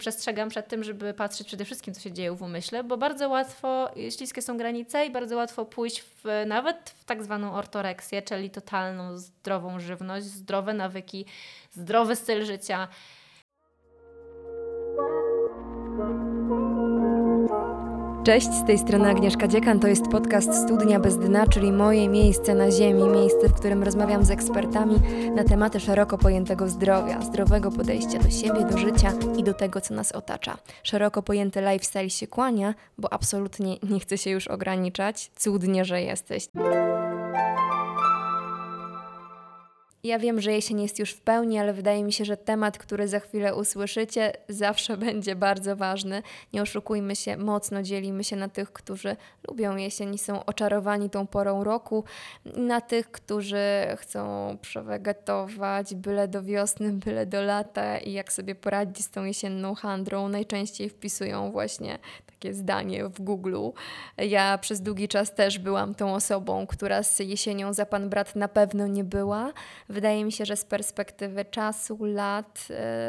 Przestrzegam przed tym, żeby patrzeć przede wszystkim, co się dzieje w umyśle, bo bardzo łatwo, śliskie są granice i bardzo łatwo pójść nawet w tak zwaną ortoreksję, czyli totalną zdrową żywność, zdrowe nawyki, zdrowy styl życia. Cześć, z tej strony Agnieszka Dziekan, to jest podcast Studnia bez dna, czyli moje miejsce na ziemi, miejsce, w którym rozmawiam z ekspertami na tematy szeroko pojętego zdrowia, zdrowego podejścia do siebie, do życia i do tego, co nas otacza. Szeroko pojęty lifestyle się kłania, bo absolutnie nie chcę się już ograniczać. Cudnie, że jesteś. Ja wiem, że jesień jest już w pełni, ale wydaje mi się, że temat, który za chwilę usłyszycie, zawsze będzie bardzo ważny. Nie oszukujmy się, mocno dzielimy się na tych, którzy lubią jesień i są oczarowani tą porą roku, na tych, którzy chcą przewegetować byle do wiosny, byle do lata i jak sobie poradzić z tą jesienną handrą. Najczęściej wpisują właśnie takie zdanie w Google'u. Ja przez długi czas też byłam tą osobą, która z jesienią za pan brat na pewno nie była. Wydaje mi się, że z perspektywy czasu, lat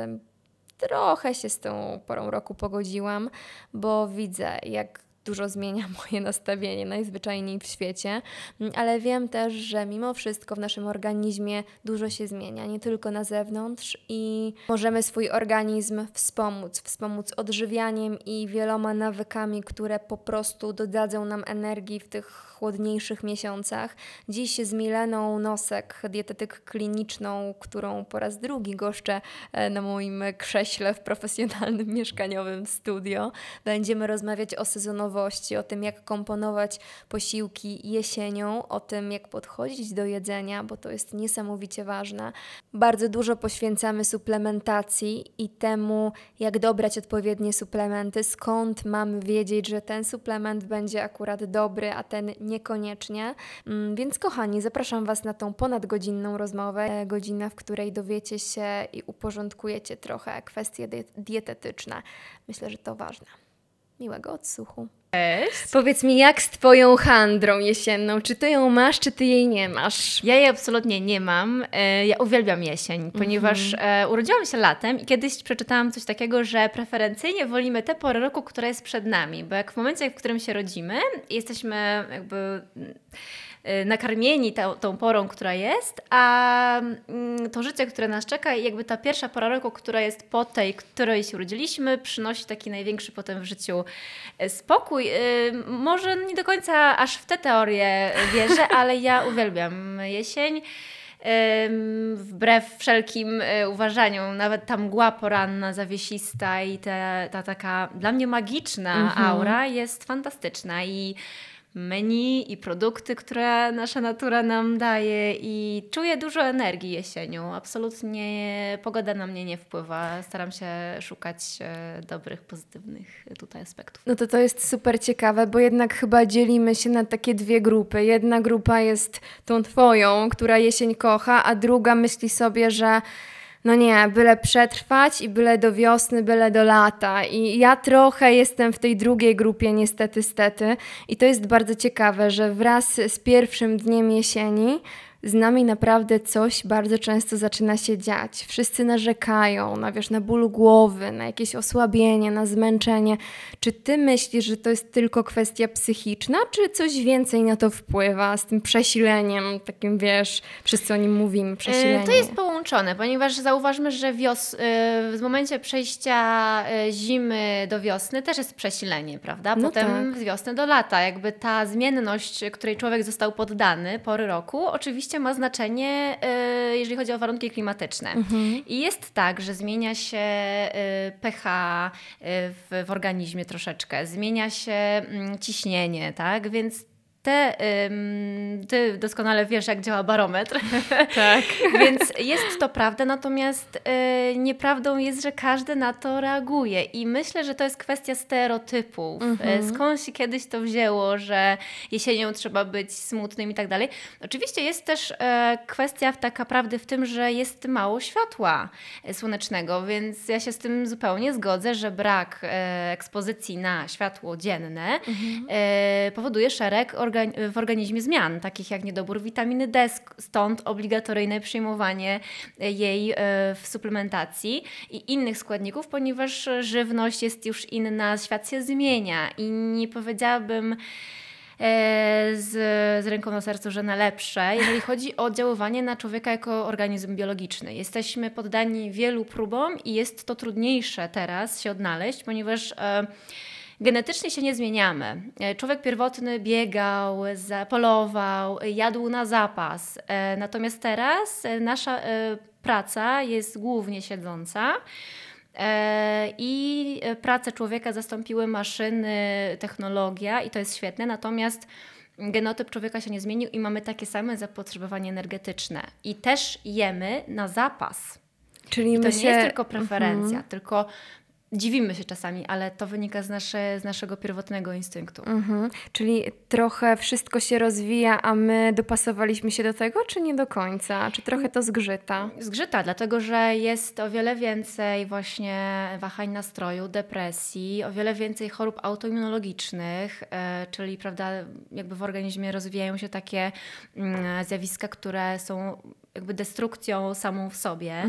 trochę się z tą porą roku pogodziłam, bo widzę, jak dużo zmienia moje nastawienie najzwyczajniej w świecie, ale wiem też, że mimo wszystko w naszym organizmie dużo się zmienia, nie tylko na zewnątrz i możemy swój organizm wspomóc odżywianiem i wieloma nawykami, które po prostu dodadzą nam energii w tych chłodniejszych miesiącach. Dziś z Mileną Nosek, dietetyk kliniczną, którą po raz drugi goszczę na moim krześle w profesjonalnym mieszkaniowym studio, będziemy rozmawiać o sezonowości, o tym, jak komponować posiłki jesienią, o tym, jak podchodzić do jedzenia, bo to jest niesamowicie ważne. Bardzo dużo poświęcamy suplementacji i temu, jak dobrać odpowiednie suplementy, skąd mamy wiedzieć, że ten suplement będzie akurat dobry, a ten niekoniecznie. Więc kochani, zapraszam Was na tą ponadgodzinną rozmowę, godzinę, w której dowiecie się i uporządkujecie trochę kwestie dietetyczne. Myślę, że to ważne. Miłego odsłuchu. Cześć. Powiedz mi, jak z Twoją handrą jesienną? Czy Ty ją masz, czy Ty jej nie masz? Ja jej absolutnie nie mam. Ja uwielbiam jesień, ponieważ urodziłam się latem i kiedyś przeczytałam coś takiego, że preferencyjnie wolimy tę porę roku, która jest przed nami, bo jak w momencie, w którym się rodzimy, jesteśmy jakby nakarmieni tą porą, która jest, a to życie, które nas czeka i jakby ta pierwsza pora roku, która jest po tej, której się urodziliśmy, przynosi taki największy potem w życiu spokój. Może nie do końca aż w tę teorię wierzę, ale ja uwielbiam jesień. Wbrew wszelkim uważaniom, nawet ta mgła poranna, zawiesista i ta taka dla mnie magiczna aura jest fantastyczna i menu i produkty, które nasza natura nam daje i czuję dużo energii jesienią. Absolutnie pogoda na mnie nie wpływa. Staram się szukać dobrych, pozytywnych tutaj aspektów. No to jest super ciekawe, bo jednak chyba dzielimy się na takie dwie grupy. Jedna grupa jest tą Twoją, która jesień kocha, a druga myśli sobie, że no nie, byle przetrwać i byle do wiosny, byle do lata. I ja trochę jestem w tej drugiej grupie niestety, stety. I to jest bardzo ciekawe, że wraz z pierwszym dniem jesieni z nami naprawdę coś bardzo często zaczyna się dziać. Wszyscy narzekają na ból głowy, na jakieś osłabienie, na zmęczenie. Czy Ty myślisz, że to jest tylko kwestia psychiczna, czy coś więcej na to wpływa z tym przesileniem, takim wszyscy o nim mówimy, przesilenie? To jest połączone, ponieważ zauważmy, że w momencie przejścia zimy do wiosny też jest przesilenie, prawda? Potem z wiosny do lata. Jakby ta zmienność, której człowiek został poddany pory roku, oczywiście ma znaczenie, jeżeli chodzi o warunki klimatyczne. I jest tak, że zmienia się pH w organizmie troszeczkę, zmienia się ciśnienie, tak? Więc ty doskonale wiesz, jak działa barometr. Tak. Więc jest to prawda, natomiast nieprawdą jest, że każdy na to reaguje. I myślę, że to jest kwestia stereotypów. Skąd się kiedyś to wzięło, że jesienią trzeba być smutnym i tak dalej. Oczywiście jest też kwestia taka prawdy w tym, że jest mało światła słonecznego, więc ja się z tym zupełnie zgodzę, że brak ekspozycji na światło dzienne powoduje szereg w organizmie zmian, takich jak niedobór witaminy D, stąd obligatoryjne przyjmowanie jej w suplementacji i innych składników, ponieważ żywność jest już inna, świat się zmienia i nie powiedziałabym z ręką na sercu, że na lepsze, jeżeli chodzi o oddziaływanie na człowieka jako organizm biologiczny. Jesteśmy poddani wielu próbom i jest to trudniejsze teraz się odnaleźć, ponieważ genetycznie się nie zmieniamy. Człowiek pierwotny biegał, polował, jadł na zapas. Natomiast teraz nasza praca jest głównie siedząca. I pracę człowieka zastąpiły maszyny, technologia i to jest świetne, natomiast genotyp człowieka się nie zmienił i mamy takie same zapotrzebowanie energetyczne i też jemy na zapas. Czyli I to nie jest tylko preferencja, tylko dziwimy się czasami, ale to wynika z naszego pierwotnego instynktu. Czyli trochę wszystko się rozwija, a my dopasowaliśmy się do tego, czy nie do końca? Czy trochę to zgrzyta? Zgrzyta, dlatego że jest o wiele więcej właśnie wahań nastroju, depresji, o wiele więcej chorób autoimmunologicznych, czyli prawda, jakby w organizmie rozwijają się takie zjawiska, które są jakby destrukcją samą w sobie.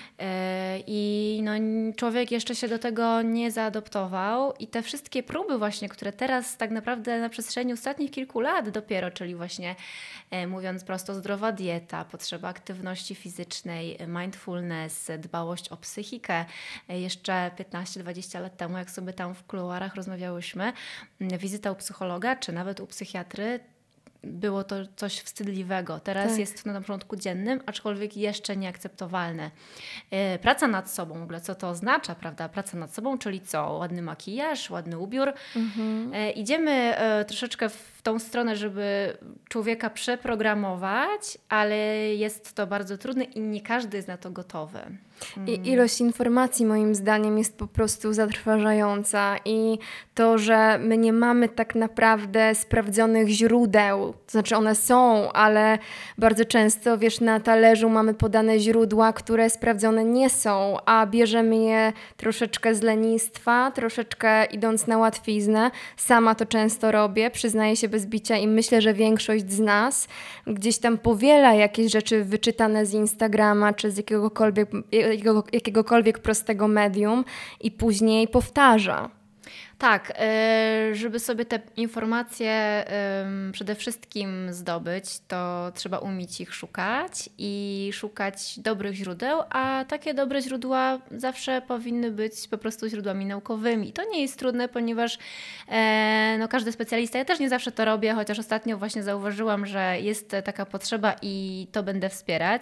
I no, człowiek jeszcze się do tego nie zaadoptował i te wszystkie próby właśnie, które teraz tak naprawdę na przestrzeni ostatnich kilku lat dopiero, czyli właśnie mówiąc prosto, zdrowa dieta, potrzeba aktywności fizycznej, mindfulness, dbałość o psychikę. Jeszcze 15-20 lat temu, jak sobie tam w kuluarach rozmawiałyśmy, wizyta u psychologa czy nawet u psychiatry, było to coś wstydliwego. Teraz jest to na porządku dziennym, aczkolwiek jeszcze nieakceptowalne. Praca nad sobą, w ogóle co to oznacza, prawda? Praca nad sobą, czyli co? Ładny makijaż, ładny ubiór. Idziemy troszeczkę w tą stronę, żeby człowieka przeprogramować, ale jest to bardzo trudne i nie każdy jest na to gotowy. I ilość informacji moim zdaniem jest po prostu zatrważająca i to, że my nie mamy tak naprawdę sprawdzonych źródeł, to znaczy one są, ale bardzo często, wiesz, na talerzu mamy podane źródła, które sprawdzone nie są, a bierzemy je troszeczkę z lenistwa, troszeczkę idąc na łatwiznę. Sama to często robię, przyznaję się bez bicia i myślę, że większość z nas gdzieś tam powiela jakieś rzeczy wyczytane z Instagrama czy z jakiegokolwiek prostego medium i później powtarza. Tak, żeby sobie te informacje przede wszystkim zdobyć, to trzeba umieć ich szukać i szukać dobrych źródeł, a takie dobre źródła zawsze powinny być po prostu źródłami naukowymi. To nie jest trudne, ponieważ no, każdy specjalista, ja też nie zawsze to robię, chociaż ostatnio właśnie zauważyłam, że jest taka potrzeba i to będę wspierać.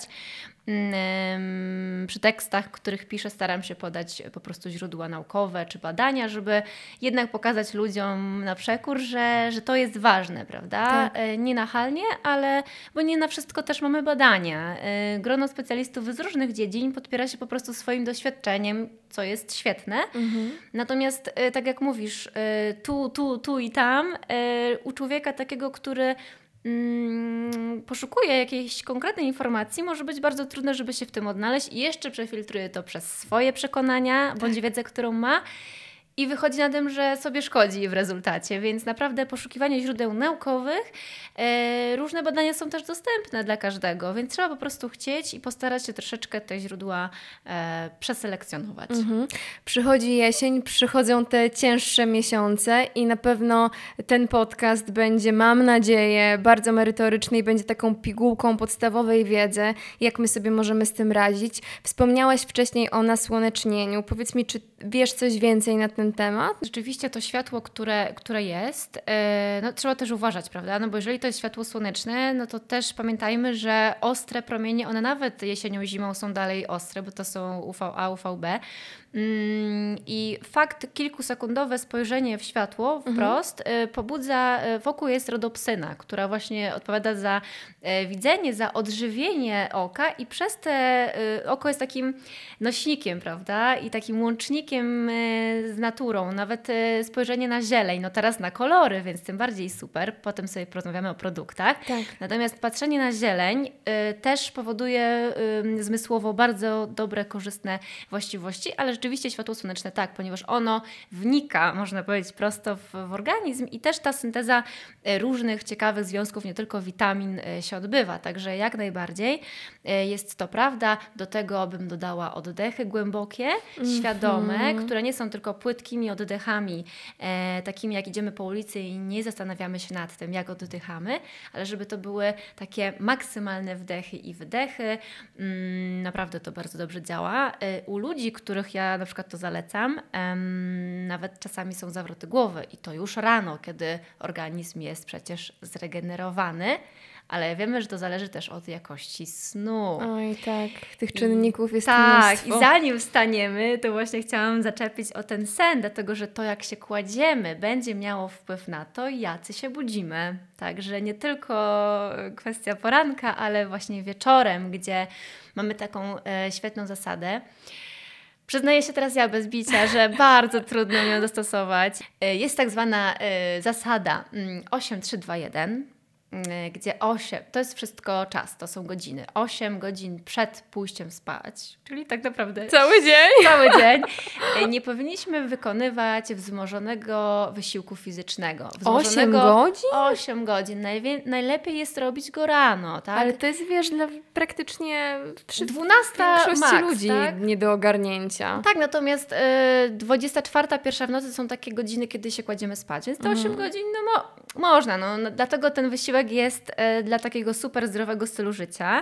Przy tekstach, których piszę, staram się podać po prostu źródła naukowe czy badania, żeby jednak pokazać ludziom na przekór, że to jest ważne, prawda? Tak. Nie nachalnie, ale bo nie na wszystko też mamy badania. Grono specjalistów z różnych dziedzin podpiera się po prostu swoim doświadczeniem, co jest świetne. Natomiast tak jak mówisz, tu i tam u człowieka takiego, który poszukuje jakiejś konkretnej informacji, może być bardzo trudne, żeby się w tym odnaleźć i jeszcze przefiltruje to przez swoje przekonania bądź wiedzę, którą ma i wychodzi na tym, że sobie szkodzi w rezultacie, więc naprawdę poszukiwanie źródeł naukowych, różne badania są też dostępne dla każdego, więc trzeba po prostu chcieć i postarać się troszeczkę te źródła przeselekcjonować. Przychodzi jesień, przychodzą te cięższe miesiące i na pewno ten podcast będzie, mam nadzieję, bardzo merytoryczny i będzie taką pigułką podstawowej wiedzy, jak my sobie możemy z tym radzić. Wspomniałaś wcześniej o nasłonecznieniu. Powiedz mi, czy wiesz coś więcej na ten temat? Rzeczywiście to światło, które jest, no trzeba też uważać, prawda? No bo jeżeli to jest światło słoneczne, no to też pamiętajmy, że ostre promienie, one nawet jesienią, zimą są dalej ostre, bo to są UVA, UVB. I fakt kilkusekundowe spojrzenie w światło wprost pobudza, wokół jest rodopsyna, która właśnie odpowiada za widzenie, za odżywienie oka i przez te oko jest takim nośnikiem, prawda? I takim łącznikiem z naturą. Nawet spojrzenie na zieleń, no teraz na kolory, więc tym bardziej super. Potem sobie porozmawiamy o produktach. Tak. Natomiast patrzenie na zieleń też powoduje zmysłowo bardzo dobre, korzystne właściwości, ale rzeczywiście światło słoneczne tak, ponieważ ono wnika, można powiedzieć, prosto w organizm i też ta synteza różnych ciekawych związków, nie tylko witamin się odbywa. Także jak najbardziej jest to prawda. Do tego bym dodała oddechy głębokie, świadome, które nie są tylko płytkimi oddechami, takimi jak idziemy po ulicy i nie zastanawiamy się nad tym, jak oddychamy, ale żeby to były takie maksymalne wdechy i wydechy. Naprawdę to bardzo dobrze działa. U ludzi, których ja na przykład to zalecam, nawet czasami są zawroty głowy i to już rano, kiedy organizm jest przecież zregenerowany, ale wiemy, że to zależy też od jakości snu. Oj tak, tych czynników jest tak, mnóstwo. i zanim wstaniemy, to właśnie chciałam zaczepić o ten sen, dlatego że to jak się kładziemy będzie miało wpływ na to, jacy się budzimy. Także nie tylko kwestia poranka, ale właśnie wieczorem, gdzie mamy taką świetną zasadę. Przyznaję się teraz ja bez bicia, że bardzo trudno ją dostosować. Jest tak zwana zasada 8-3-2-1. Gdzie 8, to jest wszystko czas, to są godziny. 8 godzin przed pójściem spać, czyli tak naprawdę Cały dzień? Cały dzień. Nie powinniśmy wykonywać wzmożonego wysiłku fizycznego. 8 godzin? 8 godzin. Najlepiej jest robić go rano, tak? Ale to jest, wiesz, dla praktycznie 12 większości max, ludzi tak? nie do ogarnięcia. Tak, natomiast 24, pierwsza w nocy są takie godziny, kiedy się kładziemy spać, więc te 8 godzin można. Dlatego ten wysiłek jest dla takiego super zdrowego stylu życia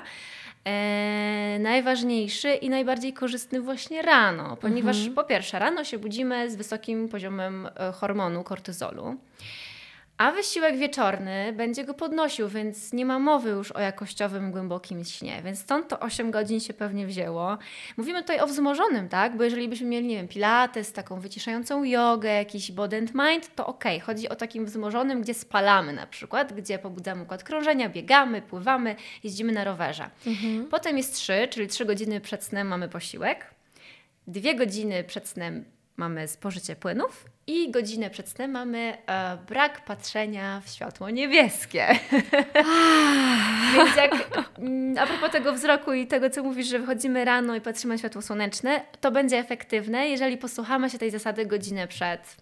najważniejszy i najbardziej korzystny właśnie rano, ponieważ po pierwsze rano się budzimy z wysokim poziomem hormonu kortyzolu, a wysiłek wieczorny będzie go podnosił, więc nie ma mowy już o jakościowym, głębokim śnie. Więc stąd to 8 godzin się pewnie wzięło. Mówimy tutaj o wzmożonym, tak? Bo jeżeli byśmy mieli, nie wiem, pilates, taką wyciszającą jogę, jakiś body and mind, to okej. Chodzi o takim wzmożonym, gdzie spalamy na przykład, gdzie pobudzamy układ krążenia, biegamy, pływamy, jeździmy na rowerze. Potem jest 3, czyli 3 godziny przed snem mamy posiłek. 2 godziny przed snem mamy spożycie płynów i godzinę przed snem mamy brak patrzenia w światło niebieskie. Więc a propos tego wzroku i tego, co mówisz, że wychodzimy rano i patrzymy na światło słoneczne, to będzie efektywne, jeżeli posłuchamy się tej zasady godzinę przed.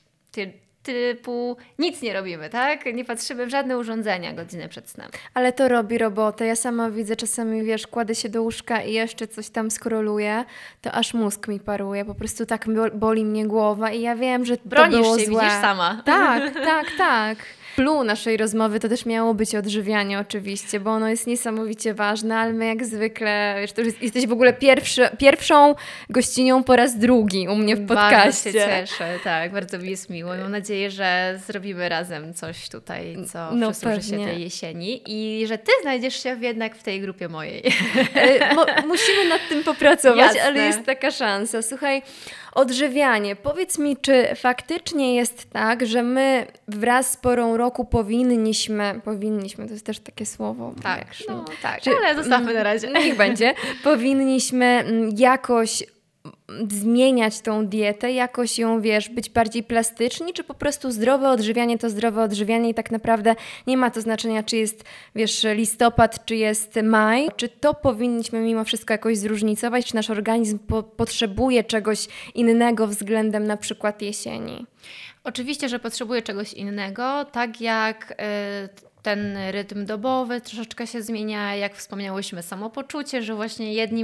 Typu nic nie robimy, tak? Nie patrzymy w żadne urządzenia godzinę przed snem. Ale to robi robotę. Ja sama widzę czasami, wiesz, kładę się do łóżka i jeszcze coś tam scrolluję, to aż mózg mi paruje. Po prostu tak boli mnie głowa i ja wiem, że Bronisz to było się, złe. widzisz sama. Tak. Clue naszej rozmowy to też miało być odżywianie oczywiście, bo ono jest niesamowicie ważne, ale my jak zwykle, wiesz, to już jesteś w ogóle pierwszą gościnią po raz drugi u mnie w podcaście. Bardzo się cieszę, tak, bardzo mi jest miło. Mam nadzieję, że zrobimy razem coś tutaj, co przysłuży się tej jesieni i że Ty znajdziesz się jednak w tej grupie mojej. Musimy nad tym popracować, Jasne. ale jest taka szansa. Słuchaj, odżywianie. Powiedz mi, czy faktycznie jest tak, że my wraz z porą roku powinniśmy, to jest też takie słowo. Tak, wiesz, tak, ale zostawmy na razie. Niech będzie. Powinniśmy jakoś zmieniać tą dietę, jakoś ją, wiesz, być bardziej plastyczni, czy po prostu zdrowe odżywianie to zdrowe odżywianie i tak naprawdę nie ma to znaczenia, czy jest, wiesz, listopad, czy jest maj, czy to powinniśmy mimo wszystko jakoś zróżnicować, czy nasz organizm potrzebuje czegoś innego względem na przykład jesieni? Oczywiście, że potrzebuje czegoś innego, tak jak ten rytm dobowy troszeczkę się zmienia, jak wspomniałyśmy, samopoczucie, że właśnie jedni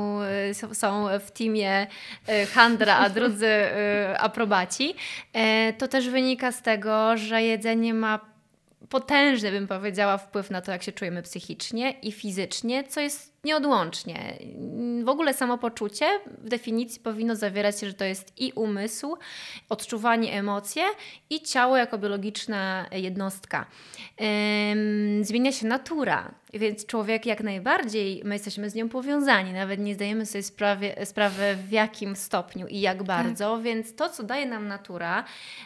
są w teamie handra, a drudzy aprobaci. To też wynika z tego, że jedzenie ma potężny, bym powiedziała, wpływ na to, jak się czujemy psychicznie i fizycznie, co jest nieodłącznie. W ogóle samopoczucie w definicji powinno zawierać, że to jest i umysł, odczuwanie, emocje i ciało jako biologiczna jednostka. Zmienia się natura, więc człowiek jak najbardziej, my jesteśmy z nią powiązani, nawet nie zdajemy sobie sprawy w jakim stopniu i jak bardzo, więc to, co daje nam natura,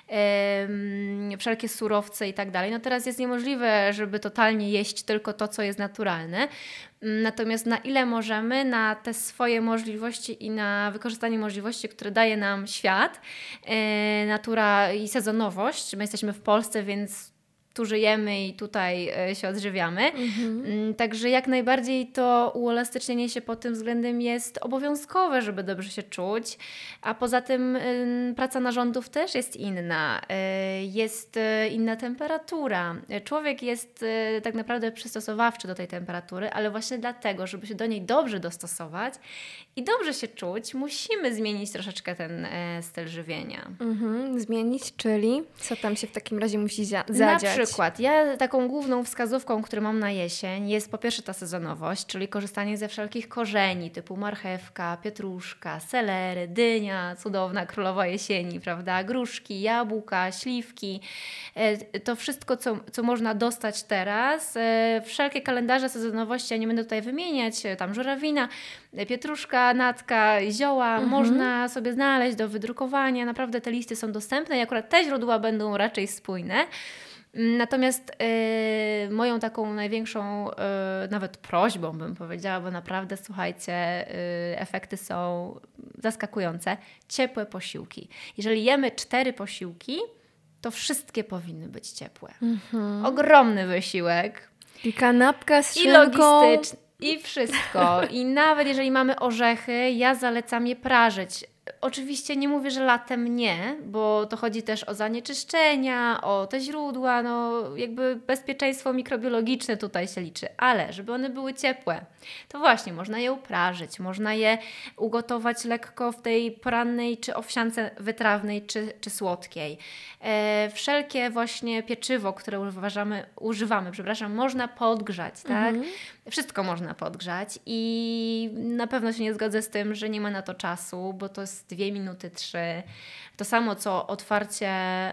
wszelkie surowce i tak dalej, no teraz jest niemożliwe, żeby totalnie jeść tylko to, co jest naturalne. Natomiast na ile możemy, na te swoje możliwości i na wykorzystanie możliwości, które daje nam świat, natura i sezonowość. My jesteśmy w Polsce, więc tu żyjemy i tutaj się odżywiamy. Także jak najbardziej to uelastycznienie się pod tym względem jest obowiązkowe, żeby dobrze się czuć. A poza tym praca narządów też jest inna. Jest inna temperatura. Człowiek jest tak naprawdę przystosowawczy do tej temperatury, ale właśnie dlatego, żeby się do niej dobrze dostosować i dobrze się czuć, musimy zmienić troszeczkę ten styl żywienia. Zmienić, czyli co tam się w takim razie musi zadziać? Na przykład, ja taką główną wskazówką, którą mam na jesień, jest po pierwsze ta sezonowość, czyli korzystanie ze wszelkich korzeni typu marchewka, pietruszka, selery, dynia, cudowna królowa jesieni, prawda? Gruszki, jabłka, śliwki. To wszystko, co można dostać teraz. Wszelkie kalendarze sezonowości, ja nie będę tutaj wymieniać, tam żurawina, pietruszka, natka, zioła, można sobie znaleźć do wydrukowania. Naprawdę te listy są dostępne i akurat te źródła będą raczej spójne. Natomiast moją taką największą nawet prośbą bym powiedziała, bo naprawdę słuchajcie, efekty są zaskakujące. Ciepłe posiłki. Jeżeli jemy 4 posiłki, to wszystkie powinny być ciepłe. Ogromny wysiłek. I kanapka z I szynką. logistyczny. I wszystko. I nawet jeżeli mamy orzechy, ja zalecam je prażyć. Oczywiście nie mówię, że latem nie, bo to chodzi też o zanieczyszczenia, o te źródła, no jakby bezpieczeństwo mikrobiologiczne tutaj się liczy, ale żeby one były ciepłe, to właśnie można je uprażyć, można je ugotować lekko w tej porannej czy owsiance wytrawnej czy słodkiej. Wszelkie właśnie pieczywo, które używamy, można podgrzać, tak? Wszystko można podgrzać i na pewno się nie zgodzę z tym, że nie ma na to czasu, bo to jest 2 minuty, 3. To samo co otwarcie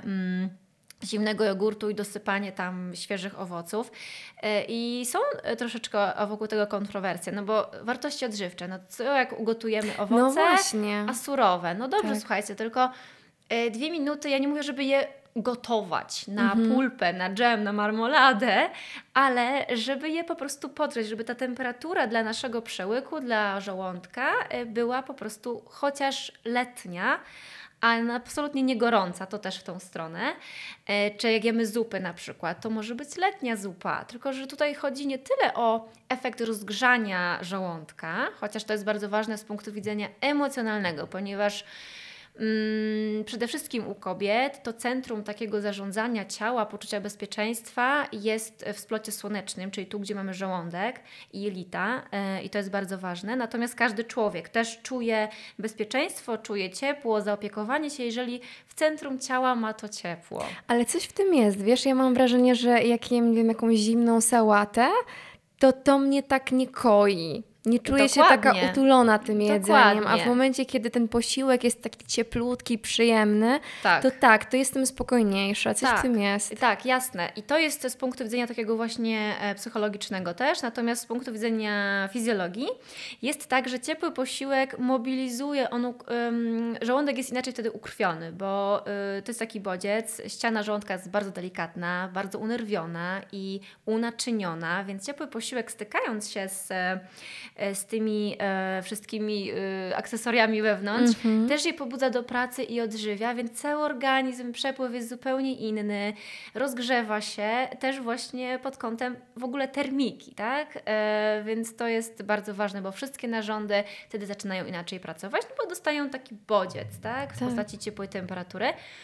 zimnego jogurtu i dosypanie tam świeżych owoców. I są troszeczkę wokół tego kontrowersje, no bo wartości odżywcze, no co jak ugotujemy owoce, a surowe? No dobrze, słuchajcie, tylko 2 minuty, ja nie mówię, żeby je gotować na pulpę, na dżem, na marmoladę, ale żeby je po prostu podgrzać, żeby ta temperatura dla naszego przełyku, dla żołądka była po prostu chociaż letnia, a absolutnie nie gorąca, to też w tą stronę. Czy jak jemy zupy na przykład, to może być letnia zupa, tylko że tutaj chodzi nie tyle o efekt rozgrzania żołądka, chociaż to jest bardzo ważne z punktu widzenia emocjonalnego, ponieważ przede wszystkim u kobiet to centrum takiego zarządzania ciała, poczucia bezpieczeństwa jest w splocie słonecznym, czyli tu, gdzie mamy żołądek i jelita i to jest bardzo ważne. Natomiast każdy człowiek też czuje bezpieczeństwo, czuje ciepło, zaopiekowanie się, jeżeli w centrum ciała ma to ciepło. Ale coś w tym jest, wiesz, ja mam wrażenie, że jak jem, nie wiem, jakąś zimną sałatę, to mnie tak nie koi. Nie czuję się taka utulona tym jedzeniem, a w momencie, kiedy ten posiłek jest taki cieplutki, przyjemny, to jestem spokojniejsza. Coś w tym jest. Tak, jasne. I to jest z punktu widzenia takiego właśnie psychologicznego też, natomiast z punktu widzenia fizjologii jest tak, że ciepły posiłek mobilizuje, żołądek jest inaczej wtedy ukrwiony, bo to jest taki bodziec, ściana żołądka jest bardzo delikatna, bardzo unerwiona i unaczyniona, więc ciepły posiłek stykając się z tymi wszystkimi akcesoriami wewnątrz, też je pobudza do pracy i odżywia, więc cały organizm, przepływ jest zupełnie inny, rozgrzewa się też właśnie pod kątem w ogóle termiki, tak? Więc to jest bardzo ważne, bo wszystkie narządy wtedy zaczynają inaczej pracować, no bo dostają taki bodziec, tak? W postaci ciepłej temperatury.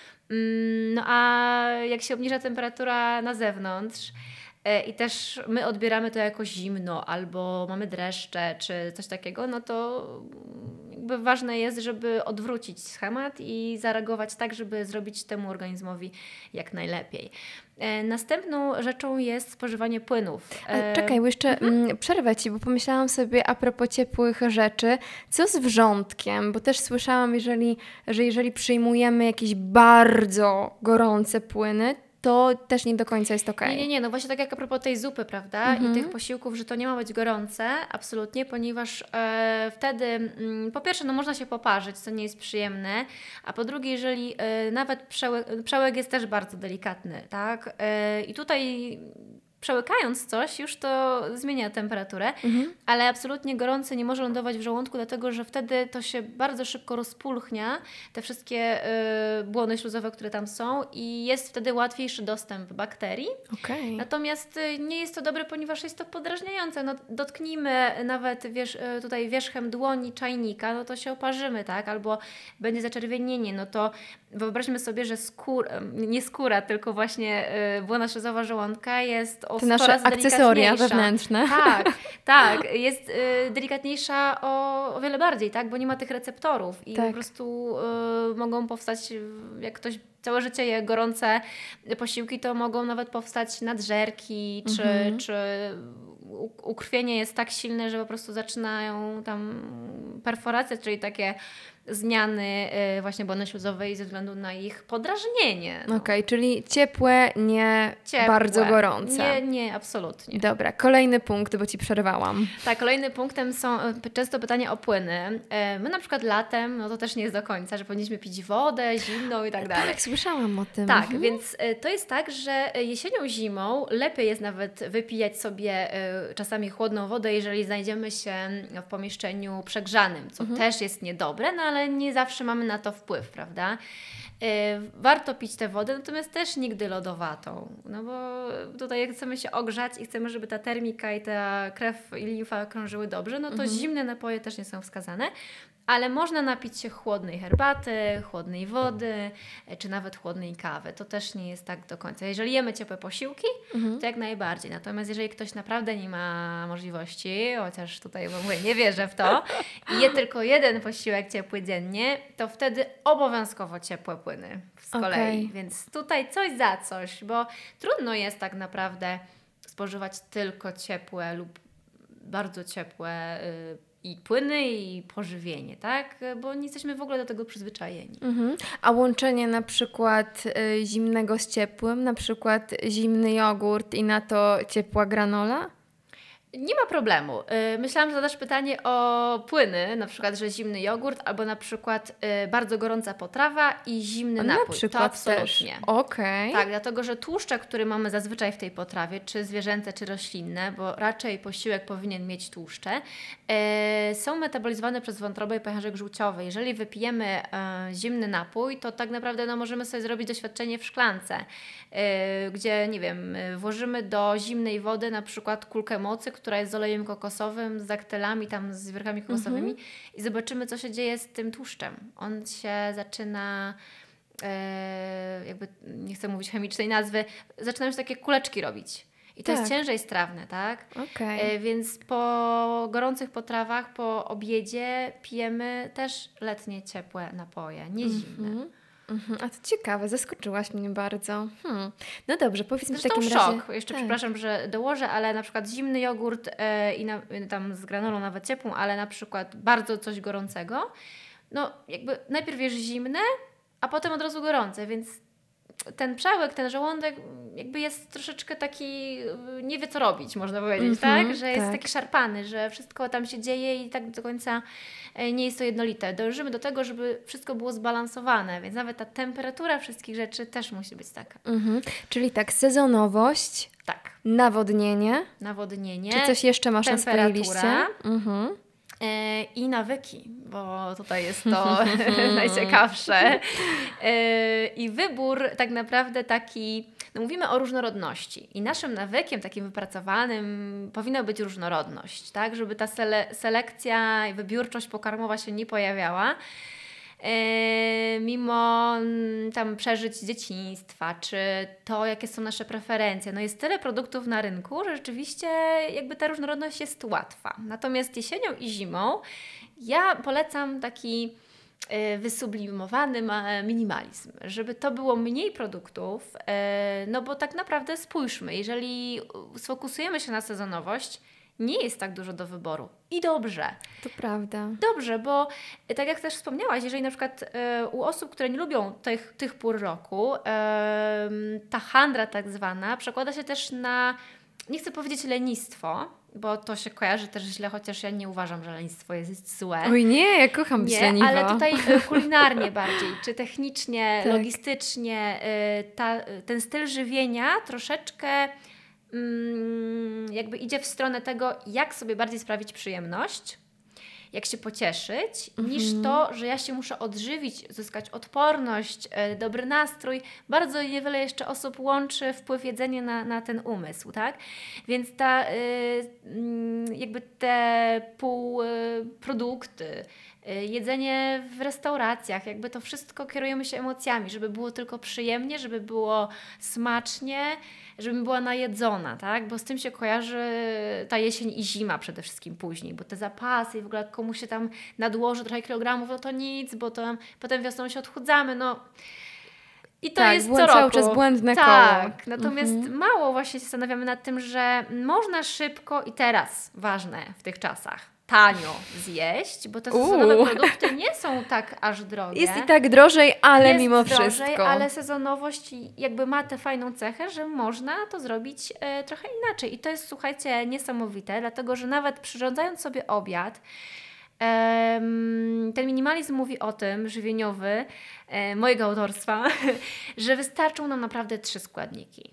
No a jak się obniża temperatura na zewnątrz, i też my odbieramy to jako zimno albo mamy dreszcze czy coś takiego, no to jakby ważne jest, żeby odwrócić schemat i zareagować tak, żeby zrobić temu organizmowi jak najlepiej. Następną rzeczą jest spożywanie płynów. Czekaj, bo jeszcze przerwę Ci, bo pomyślałam sobie a propos ciepłych rzeczy, co z wrzątkiem? Bo też słyszałam, że jeżeli przyjmujemy jakieś bardzo gorące płyny, to też nie do końca jest okej. Nie, no właśnie tak jak a propos tej zupy, prawda? I tych posiłków, że to nie ma być gorące, absolutnie, ponieważ wtedy po pierwsze, no można się poparzyć, co nie jest przyjemne, a po drugie, jeżeli nawet przełek jest też bardzo delikatny, tak? I tutaj przełykając coś, już to zmienia temperaturę, ale absolutnie gorące nie może lądować w żołądku, dlatego że wtedy to się bardzo szybko rozpulchnia, te wszystkie błony śluzowe, które tam są i jest wtedy łatwiejszy dostęp bakterii. Natomiast nie jest to dobre, ponieważ jest to podrażniające. No, dotknijmy nawet tutaj wierzchem dłoni czajnika, no to się oparzymy, tak? Albo będzie zaczerwienienie, no to wyobraźmy sobie, że nie skóra, tylko właśnie błona śluzowa żołądka jest o 100 nasze razy akcesoria wewnętrzne. Tak, jest delikatniejsza o wiele bardziej, tak? Bo nie ma tych receptorów i po prostu mogą powstać, jak ktoś całe życie je gorące posiłki, to mogą nawet powstać nadżerki, czy ukrwienie jest tak silne, że po prostu zaczynają tam perforacje, czyli takie zmiany właśnie błony śluzowej ze względu na ich podrażnienie. No. Czyli ciepłe, nie bardzo gorące. Nie, absolutnie. Dobra, kolejny punkt, bo Ci przerwałam. Tak, kolejnym punktem są często pytania o płyny. My na przykład latem, no to też nie jest do końca, że powinniśmy pić wodę zimną i tak dalej. Tak, słyszałam o tym. Tak, więc to jest tak, że jesienią, zimą lepiej jest nawet wypijać sobie czasami chłodną wodę, jeżeli znajdziemy się w pomieszczeniu przegrzanym, co też jest niedobre, no ale nie zawsze mamy na to wpływ, prawda? Warto pić tę wodę, natomiast też nigdy lodowatą, no bo tutaj jak chcemy się ogrzać i chcemy, żeby ta termika i ta krew i limfa krążyły dobrze, no to zimne napoje też nie są wskazane, ale można napić się chłodnej herbaty, chłodnej wody, czy nawet chłodnej kawy. To też nie jest tak do końca. Jeżeli jemy ciepłe posiłki, to jak najbardziej. Natomiast jeżeli ktoś naprawdę nie ma możliwości, chociaż tutaj mówię, nie wierzę w to, i je tylko jeden posiłek ciepły dziennie, to wtedy obowiązkowo ciepłe płyny z kolei. Więc tutaj coś za coś, bo trudno jest tak naprawdę spożywać tylko ciepłe lub bardzo ciepłe i płyny, i pożywienie, tak? Bo nie jesteśmy w ogóle do tego przyzwyczajeni. A łączenie na przykład zimnego z ciepłym, na przykład zimny jogurt i na to ciepła granola? Nie ma problemu. Myślałam, że zadasz pytanie o płyny, na przykład, że zimny jogurt, albo na przykład bardzo gorąca potrawa i zimny napój. Na przykład to absolutnie. też. Okej. Tak, dlatego, że tłuszcze, które mamy zazwyczaj w tej potrawie, czy zwierzęce, czy roślinne, bo raczej posiłek powinien mieć tłuszcze, są metabolizowane przez wątrobę i pęcherzyk żółciowy. Jeżeli wypijemy zimny napój, to tak naprawdę możemy sobie zrobić doświadczenie w szklance, gdzie, nie wiem, włożymy do zimnej wody na przykład kulkę mocy, która jest z olejem kokosowym, z daktylami, tam z wierchami kokosowymi i zobaczymy, co się dzieje z tym tłuszczem. On się zaczyna, jakby nie chcę mówić chemicznej nazwy, zaczynają się takie kuleczki robić. I to jest ciężej strawne, tak? Więc po gorących potrawach, po obiedzie pijemy też letnie, ciepłe napoje, nie zimne. A to ciekawe, zaskoczyłaś mnie bardzo. No dobrze, powiedz mi w Zresztą takim szok. razie. Jeszcze przepraszam, że dołożę, ale na przykład zimny jogurt i tam z granolą nawet ciepłą, ale na przykład bardzo coś gorącego, no jakby najpierw jest zimne, a potem od razu gorące, więc ten przełyk, ten żołądek jakby jest troszeczkę taki, nie wie co robić, można powiedzieć, tak? Że jest taki szarpany, że wszystko tam się dzieje i tak do końca nie jest to jednolite. Dążymy do tego, żeby wszystko było zbalansowane, więc nawet ta temperatura wszystkich rzeczy też musi być taka. Czyli tak, sezonowość, nawodnienie. Czy coś jeszcze masz na swojej liście? I nawyki, bo tutaj jest to najciekawsze. I wybór tak naprawdę taki, mówimy o różnorodności i naszym nawykiem takim wypracowanym powinna być różnorodność, tak, żeby ta selekcja i wybiórczość pokarmowa się nie pojawiała. Mimo tam przeżyć dzieciństwa, czy to, jakie są nasze preferencje. No jest tyle produktów na rynku, że rzeczywiście jakby ta różnorodność jest łatwa. Natomiast jesienią i zimą ja polecam taki wysublimowany minimalizm, żeby to było mniej produktów, no bo tak naprawdę spójrzmy, jeżeli sfokusujemy się na sezonowość, nie jest tak dużo do wyboru. I dobrze. To prawda. Dobrze, bo tak jak też wspomniałaś, jeżeli na przykład u osób, które nie lubią tych pór roku, ta handra tak zwana przekłada się też na, nie chcę powiedzieć lenistwo, bo to się kojarzy też źle, chociaż ja nie uważam, że lenistwo jest złe. Oj nie, ja kocham być leniwa. Ale tutaj kulinarnie bardziej, czy technicznie, logistycznie, ten styl żywienia troszeczkę jakby idzie w stronę tego, jak sobie bardziej sprawić przyjemność, jak się pocieszyć, niż to, że ja się muszę odżywić, zyskać odporność, dobry nastrój. Bardzo niewiele jeszcze osób łączy wpływ jedzenia na ten umysł, tak? Więc jakby te półprodukty, jedzenie w restauracjach, jakby to wszystko kierujemy się emocjami, żeby było tylko przyjemnie, żeby było smacznie, żebym była najedzona, tak? Bo z tym się kojarzy ta jesień i zima przede wszystkim później, bo te zapasy i w ogóle jak komuś się tam nadłoży trochę kilogramów, no to nic, bo to potem wiosną się odchudzamy, no. I to jest co roku. Cały czas błędne koło. Tak, natomiast mało właśnie się zastanawiamy nad tym, że można szybko i teraz, ważne w tych czasach, tanio zjeść, bo te sezonowe produkty nie są tak aż drogie. Jest i tak drożej, ale jest mimo drożej, wszystko. Ale sezonowość jakby ma tę fajną cechę, że można to zrobić trochę inaczej. I to jest, słuchajcie, niesamowite, dlatego że nawet przyrządzając sobie obiad, ten minimalizm mówi o tym, żywieniowy, mojego autorstwa, że wystarczą nam naprawdę 3 składniki.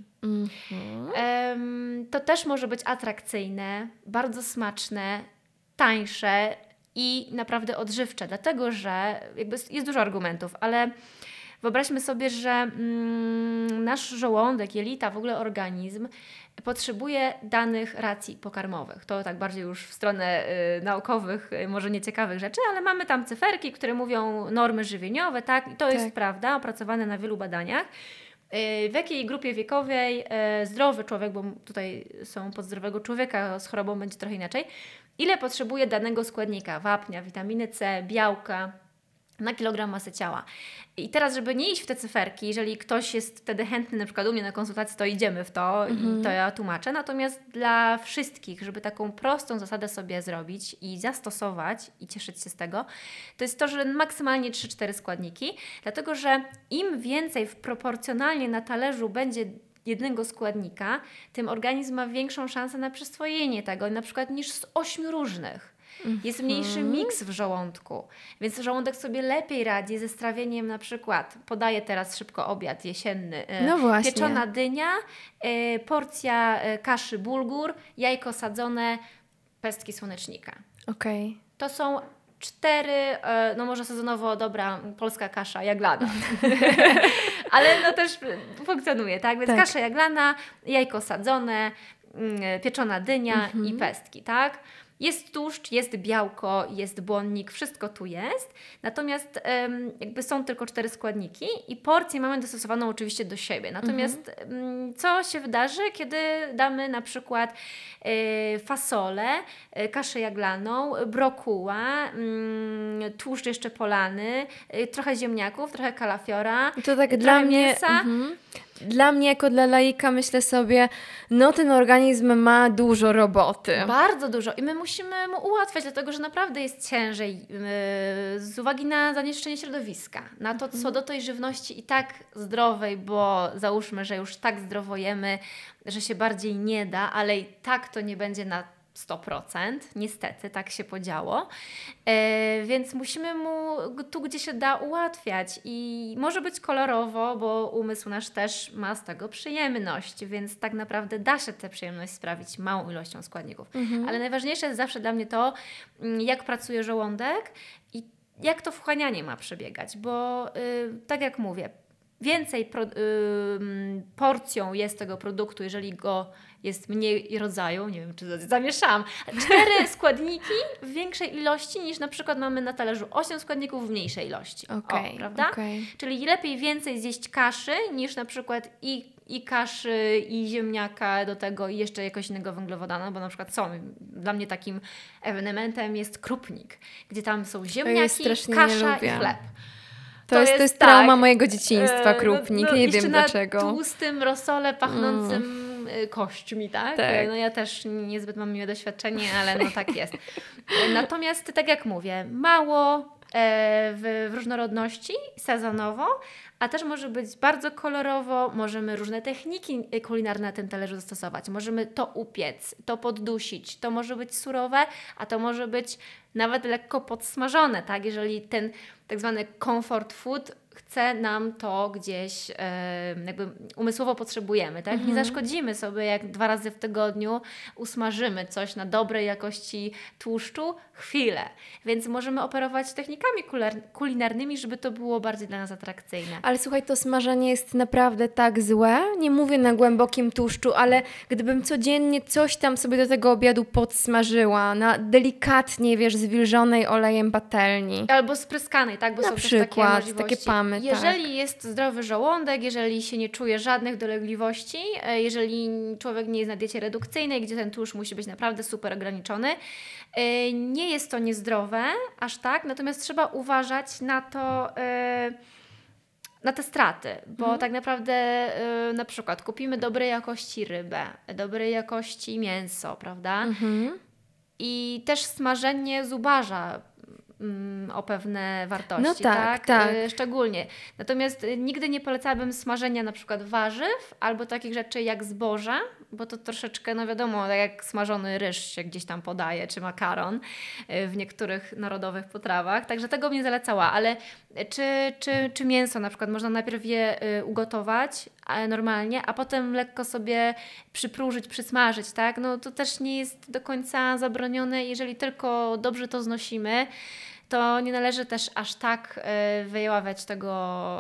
To też może być atrakcyjne, bardzo smaczne, tańsze i naprawdę odżywcze, dlatego że jakby jest dużo argumentów, ale wyobraźmy sobie, że nasz żołądek, jelita, w ogóle organizm potrzebuje danych racji pokarmowych. To tak bardziej już w stronę naukowych, może nieciekawych rzeczy, ale mamy tam cyferki, które mówią normy żywieniowe, tak? I to jest prawda, opracowane na wielu badaniach. W jakiej grupie wiekowej zdrowy człowiek, bo tutaj są pod zdrowego człowieka z chorobą będzie trochę inaczej, ile potrzebuje danego składnika, wapnia, witaminy C, białka na kilogram masy ciała. I teraz, żeby nie iść w te cyferki, jeżeli ktoś jest wtedy chętny, na przykład u mnie na konsultacji, to idziemy w to i to ja tłumaczę. Natomiast dla wszystkich, żeby taką prostą zasadę sobie zrobić i zastosować i cieszyć się z tego, to jest to, że maksymalnie 3-4 składniki, dlatego że im więcej proporcjonalnie na talerzu będzie jednego składnika, tym organizm ma większą szansę na przyswojenie tego, na przykład niż z 8 różnych. Jest mniejszy miks w żołądku, więc żołądek sobie lepiej radzi ze strawieniem, na przykład podaję teraz szybko obiad jesienny, pieczona dynia, porcja kaszy bulgur, jajko sadzone, pestki słonecznika. Okej. To są 4, no może sezonowo dobra polska kasza jaglana, ale no też funkcjonuje, tak? Więc kasza jaglana, jajko sadzone, pieczona dynia i pestki, tak? Jest tłuszcz, jest białko, jest błonnik, wszystko tu jest. Natomiast jakby są tylko 4 składniki i porcję mamy dostosowaną oczywiście do siebie. Natomiast co się wydarzy, kiedy damy na przykład fasolę, kaszę jaglaną, brokuła, tłuszcz jeszcze polany, trochę ziemniaków, trochę kalafiora, I to tak trochę dla mnie mięsa. Dla mnie, jako dla laika, myślę sobie, no ten organizm ma dużo roboty. Bardzo dużo i my musimy mu ułatwiać, dlatego że naprawdę jest ciężej z uwagi na zanieczyszczenie środowiska, na to, co do tej żywności i tak zdrowej, bo załóżmy, że już tak zdrowo jemy, że się bardziej nie da, ale i tak to nie będzie na 100%, niestety tak się podziało, więc musimy mu tu, gdzie się da, ułatwiać i może być kolorowo, bo umysł nasz też ma z tego przyjemność, więc tak naprawdę da się tę przyjemność sprawić małą ilością składników, ale najważniejsze jest zawsze dla mnie to, jak pracuje żołądek i jak to wchłanianie ma przebiegać, bo tak jak mówię, więcej porcją jest tego produktu, jeżeli go jest mniej rodzaju, nie wiem, czy zamieszałam, 4 składniki w większej ilości niż na przykład mamy na talerzu 8 składników w mniejszej ilości. Prawda? Czyli lepiej więcej zjeść kaszy niż na przykład i kaszy, i ziemniaka do tego i jeszcze jakiegoś innego węglowodanu, bo na przykład dla mnie takim ewenementem jest krupnik, gdzie tam są ziemniaki, kasza i chleb. To jest trauma mojego dzieciństwa, krupnik, nie wiem dlaczego. Na tłustym rosole pachnącym kośćmi, tak? No ja też niezbyt mam miłe doświadczenie, ale no tak jest. Natomiast tak jak mówię, mało w różnorodności, sezonowo, a też może być bardzo kolorowo, możemy różne techniki kulinarne na tym talerzu zastosować. Możemy to upiec, to poddusić, to może być surowe, a to może być nawet lekko podsmażone, tak? Jeżeli ten tak zwany comfort food chce nam to gdzieś jakby umysłowo potrzebujemy, tak? Nie zaszkodzimy sobie, jak 2 razy w tygodniu usmażymy coś na dobrej jakości tłuszczu chwilę. Więc możemy operować technikami kulinarnymi, żeby to było bardziej dla nas atrakcyjne. Ale słuchaj, to smażenie jest naprawdę tak złe. Nie mówię na głębokim tłuszczu, ale gdybym codziennie coś tam sobie do tego obiadu podsmażyła, na delikatnie, wiesz, zwilżonej olejem patelni. Albo spryskanej, tak? Bo Na są przykład, też takie możliwości. takie pamy, jeżeli jest zdrowy żołądek, jeżeli się nie czuje żadnych dolegliwości, jeżeli człowiek nie jest na diecie redukcyjnej, gdzie ten tłuszcz musi być naprawdę super ograniczony, nie jest to niezdrowe aż tak, natomiast trzeba uważać na to, na te straty, bo tak naprawdę na przykład kupimy dobrej jakości rybę, dobrej jakości mięso, prawda? I też smażenie zubaża o pewne wartości, No tak. Szczególnie. Natomiast nigdy nie polecałabym smażenia na przykład warzyw albo takich rzeczy jak zboże, bo to troszeczkę, no wiadomo, tak jak smażony ryż się gdzieś tam podaje, czy makaron w niektórych narodowych potrawach, także tego bym nie zalecała, ale czy mięso na przykład można najpierw je ugotować normalnie, a potem lekko sobie przypróżyć, przysmażyć, tak? No to też nie jest do końca zabronione, jeżeli tylko dobrze to znosimy, to nie należy też aż tak wyjaławiać tego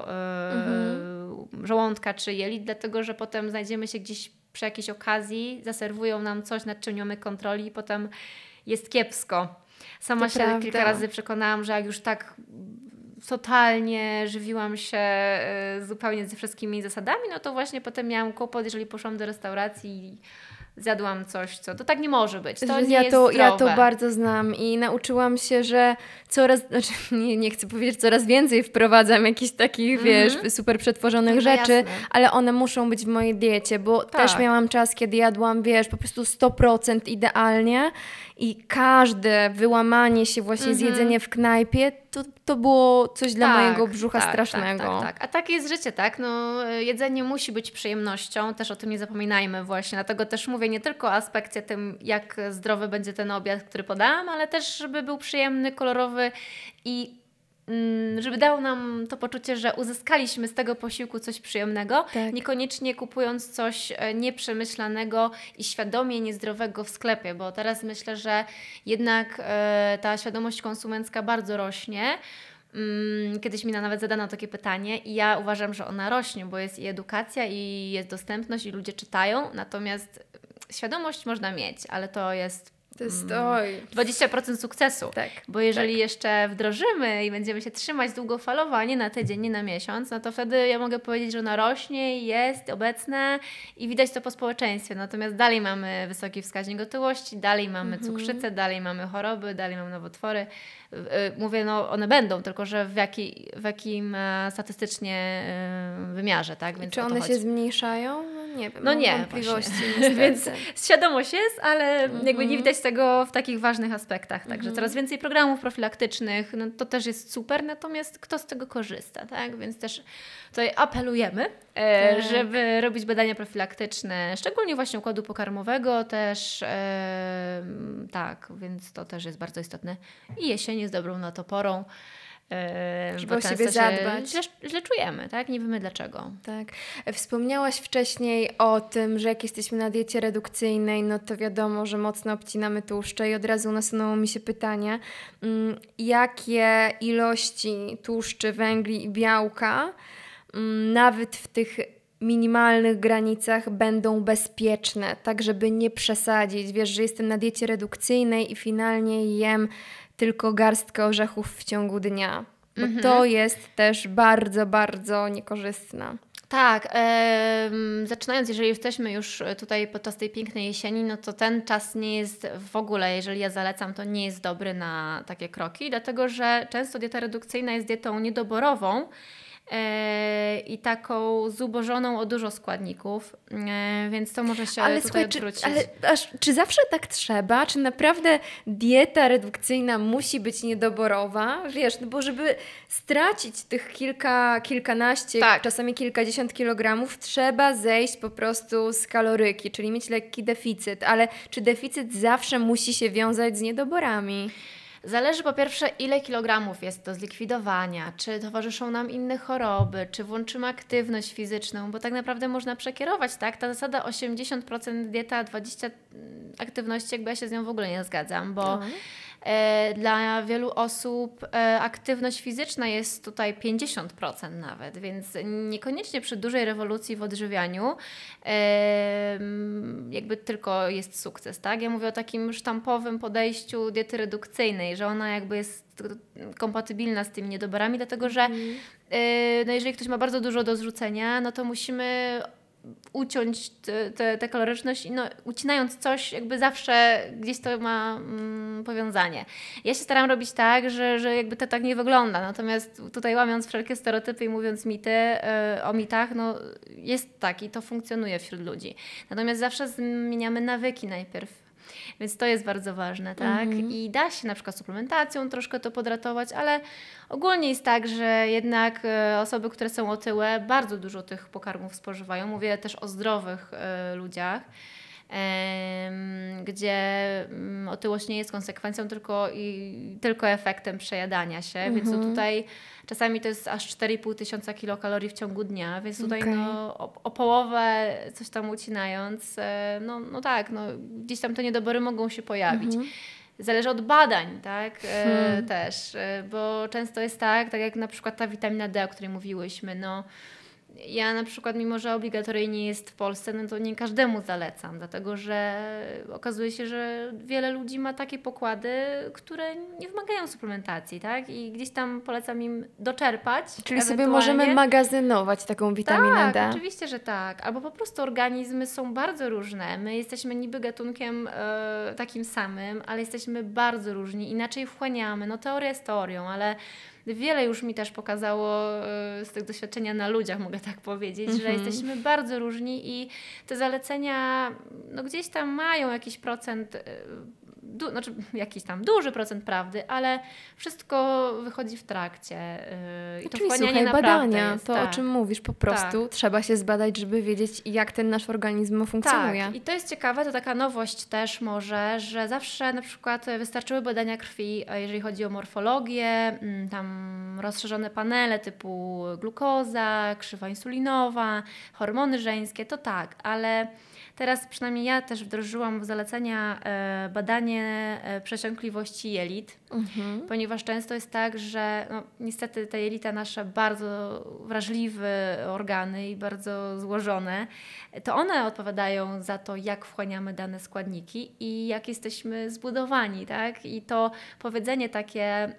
żołądka czy jelit, dlatego że potem znajdziemy się gdzieś przy jakiejś okazji, zaserwują nam coś, nad czym nie mamy kontroli i potem jest kiepsko. Sama To się prawda. kilka razy przekonałam, że jak już tak totalnie żywiłam się zupełnie ze wszystkimi zasadami, no to właśnie potem miałam kłopot, jeżeli poszłam do restauracji i zjadłam coś, co to tak nie może być. To nie jest zdrowe. Ja to bardzo znam i nauczyłam się, że nie chcę powiedzieć, coraz więcej wprowadzam jakichś takich, wiesz, super przetworzonych rzeczy, jasne. ale one muszą być w mojej diecie, bo też miałam czas, kiedy jadłam, wiesz, po prostu 100% idealnie i każde wyłamanie się właśnie z jedzenia w knajpie, to było coś dla mojego brzucha strasznego. Tak. A takie jest życie, tak? No, jedzenie musi być przyjemnością, też o tym nie zapominajmy właśnie, dlatego też mówię nie tylko o aspekcie tym, jak zdrowy będzie ten obiad, który podałam, ale też, żeby był przyjemny, kolorowy i żeby dało nam to poczucie, że uzyskaliśmy z tego posiłku coś przyjemnego, niekoniecznie kupując coś nieprzemyślanego i świadomie niezdrowego w sklepie, bo teraz myślę, że jednak ta świadomość konsumencka bardzo rośnie. Kiedyś mi nawet zadano takie pytanie i ja uważam, że ona rośnie, bo jest i edukacja, i jest dostępność, i ludzie czytają, natomiast świadomość można mieć, ale to jest 20% sukcesu, bo jeżeli jeszcze wdrożymy i będziemy się trzymać długofalowo, a nie na tydzień, nie na miesiąc, no to wtedy ja mogę powiedzieć, że ona rośnie, jest obecna i widać to po społeczeństwie. Natomiast dalej mamy wysoki wskaźnik otyłości, dalej mamy cukrzycę, dalej mamy choroby, dalej mamy nowotwory. Mówię, no one będą, tylko że w jakim statystycznie wymiarze, tak? Więc czy one się zmniejszają? No nie wiem, no nie, wątpliwości. Więc świadomość jest, ale jakby nie widać tego w takich ważnych aspektach. Także coraz więcej programów profilaktycznych, no to też jest super, natomiast kto z tego korzysta, tak? Więc też tutaj apelujemy, żeby robić badania profilaktyczne, szczególnie właśnie układu pokarmowego też, więc to też jest bardzo istotne. I jesień jest dobrą na to porą, żeby o siebie zadbać. Źle czujemy, tak? Nie wiemy dlaczego. Tak. Wspomniałaś wcześniej o tym, że jak jesteśmy na diecie redukcyjnej, no to wiadomo, że mocno obcinamy tłuszcze i od razu nasunęło mi się pytanie, jakie ilości tłuszczy, węgli i białka nawet w tych minimalnych granicach będą bezpieczne, tak żeby nie przesadzić. Wiesz, że jestem na diecie redukcyjnej i finalnie jem tylko garstkę orzechów w ciągu dnia, bo to jest też bardzo, bardzo niekorzystne. Tak, zaczynając, jeżeli jesteśmy już tutaj podczas tej pięknej jesieni, no to ten czas nie jest w ogóle, jeżeli ja zalecam, to nie jest dobry na takie kroki, dlatego że często dieta redukcyjna jest dietą niedoborową, i taką zubożoną o dużo składników, więc to może się tutaj odwrócić. Czy zawsze tak trzeba? Czy naprawdę dieta redukcyjna musi być niedoborowa? Wiesz, no bo żeby stracić tych kilkanaście, czasami kilkadziesiąt kilogramów, trzeba zejść po prostu z kaloryki, czyli mieć lekki deficyt. Ale czy deficyt zawsze musi się wiązać z niedoborami? Zależy po pierwsze, ile kilogramów jest do zlikwidowania, czy towarzyszą nam inne choroby, czy włączymy aktywność fizyczną, bo tak naprawdę można przekierować, tak? Ta zasada 80% dieta, 20% aktywności, jakby ja się z nią w ogóle nie zgadzam, bo dla wielu osób aktywność fizyczna jest tutaj 50% nawet, więc niekoniecznie przy dużej rewolucji w odżywianiu jakby tylko jest sukces, tak? Ja mówię o takim sztampowym podejściu diety redukcyjnej, że ona jakby jest kompatybilna z tymi niedoborami, dlatego że no jeżeli ktoś ma bardzo dużo do zrzucenia, no to musimy uciąć tę kaloryczność, no, ucinając coś, jakby zawsze gdzieś to ma powiązanie. Ja się staram robić tak, że jakby to tak nie wygląda, natomiast tutaj łamiąc wszelkie stereotypy i mówiąc o mitach, no jest tak i to funkcjonuje wśród ludzi. Natomiast zawsze zmieniamy nawyki najpierw. Więc to jest bardzo ważne, tak? I da się na przykład suplementacją troszkę to podratować, ale ogólnie jest tak, że jednak osoby, które są otyłe, bardzo dużo tych pokarmów spożywają. Mówię też o zdrowych ludziach, gdzie otyłość nie jest konsekwencją, tylko efektem przejadania się, więc to tutaj czasami to jest aż 4,5 tysiąca kilokalorii w ciągu dnia, więc tutaj no, o połowę coś tam ucinając, no tak, no, gdzieś tam te niedobory mogą się pojawić. Zależy od badań, tak, też, bo często jest tak jak na przykład ta witamina D, o której mówiłyśmy, no ja na przykład, mimo że obligatoryjnie jest w Polsce, no to nie każdemu zalecam, dlatego że okazuje się, że wiele ludzi ma takie pokłady, które nie wymagają suplementacji, tak? I gdzieś tam polecam im doczerpać. Czyli sobie możemy magazynować taką witaminę D. Tak, oczywiście, że tak. Albo po prostu organizmy są bardzo różne. My jesteśmy niby gatunkiem takim samym, ale jesteśmy bardzo różni. Inaczej wchłaniamy. No teoria jest teorią, ale wiele już mi też pokazało z tych doświadczenia na ludziach, mogę tak powiedzieć, że jesteśmy bardzo różni i te zalecenia no gdzieś tam mają jakiś procent, znaczy jakiś tam duży procent prawdy, ale wszystko wychodzi w trakcie. I to czyli wchłanianie badania, jest, to o czym mówisz, po prostu trzeba się zbadać, żeby wiedzieć, jak ten nasz organizm funkcjonuje. Tak, i to jest ciekawe, to taka nowość też może, że zawsze na przykład wystarczyły badania krwi, jeżeli chodzi o morfologię, tam rozszerzone panele typu glukoza, krzywa insulinowa, hormony żeńskie, to tak, ale teraz przynajmniej ja też wdrożyłam w zalecenia badanie przesiąkliwości jelit, ponieważ często jest tak, że no, niestety te jelita nasze bardzo wrażliwe organy i bardzo złożone, to one odpowiadają za to, jak wchłaniamy dane składniki i jak jesteśmy zbudowani, tak? I to powiedzenie takie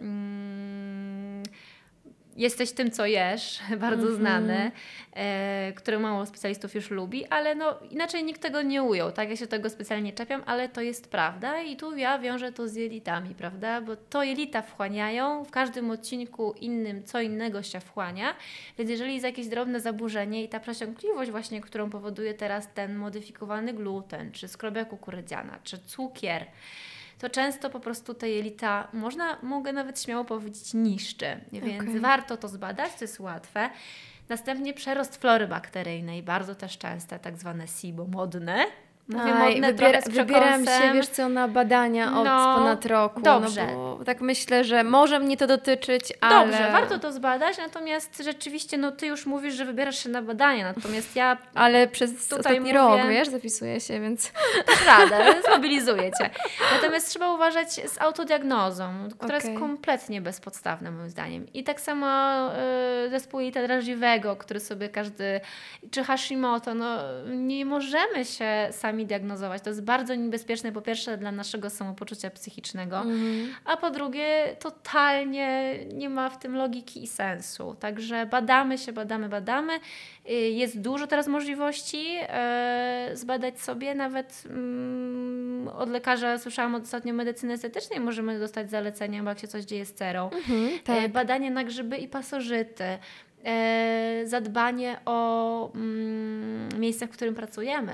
jesteś tym, co jesz, bardzo znane, które mało specjalistów już lubi, ale no inaczej nikt tego nie ujął, tak? Ja się tego specjalnie czepiam, ale to jest prawda i tu ja wiążę to z jelitami, prawda? Bo to jelita wchłaniają, w każdym odcinku innym co innego się wchłania, więc jeżeli jest jakieś drobne zaburzenie i ta przesiąkliwość właśnie, którą powoduje teraz ten modyfikowany gluten, czy skrobia kukurydziana, czy cukier, to często po prostu te jelita, mogę nawet śmiało powiedzieć, niszczy. Więc warto to zbadać, to jest łatwe. Następnie przerost flory bakteryjnej, bardzo też częste, tak zwane SIBO, modne. Mówię modne trochę z wybieram się, wiesz co, na badania od ponad roku. Dobrze. No bo tak myślę, że może mnie to dotyczyć, ale... Dobrze, warto to zbadać, natomiast rzeczywiście, no ty już mówisz, że wybierasz się na badania, natomiast ja... Ale przez ostatni rok, wiesz, zapisuję się, więc... Dasz radę, zmobilizuję Cię. Natomiast trzeba uważać z autodiagnozą, która jest kompletnie bezpodstawna moim zdaniem. I tak samo zespół jelita drażliwego, który sobie każdy... Czy Hashimoto, no nie możemy się sami diagnozować. To jest bardzo niebezpieczne, po pierwsze dla naszego samopoczucia psychicznego, a po drugie totalnie nie ma w tym logiki i sensu. Także badamy się, badamy. Jest dużo teraz możliwości zbadać sobie, nawet od lekarza słyszałam ostatnio medycyny estetycznej możemy dostać zalecenia, bo jak się coś dzieje z cerą. Tak. Badanie na grzyby i pasożyty. Zadbanie o miejsce, w którym pracujemy,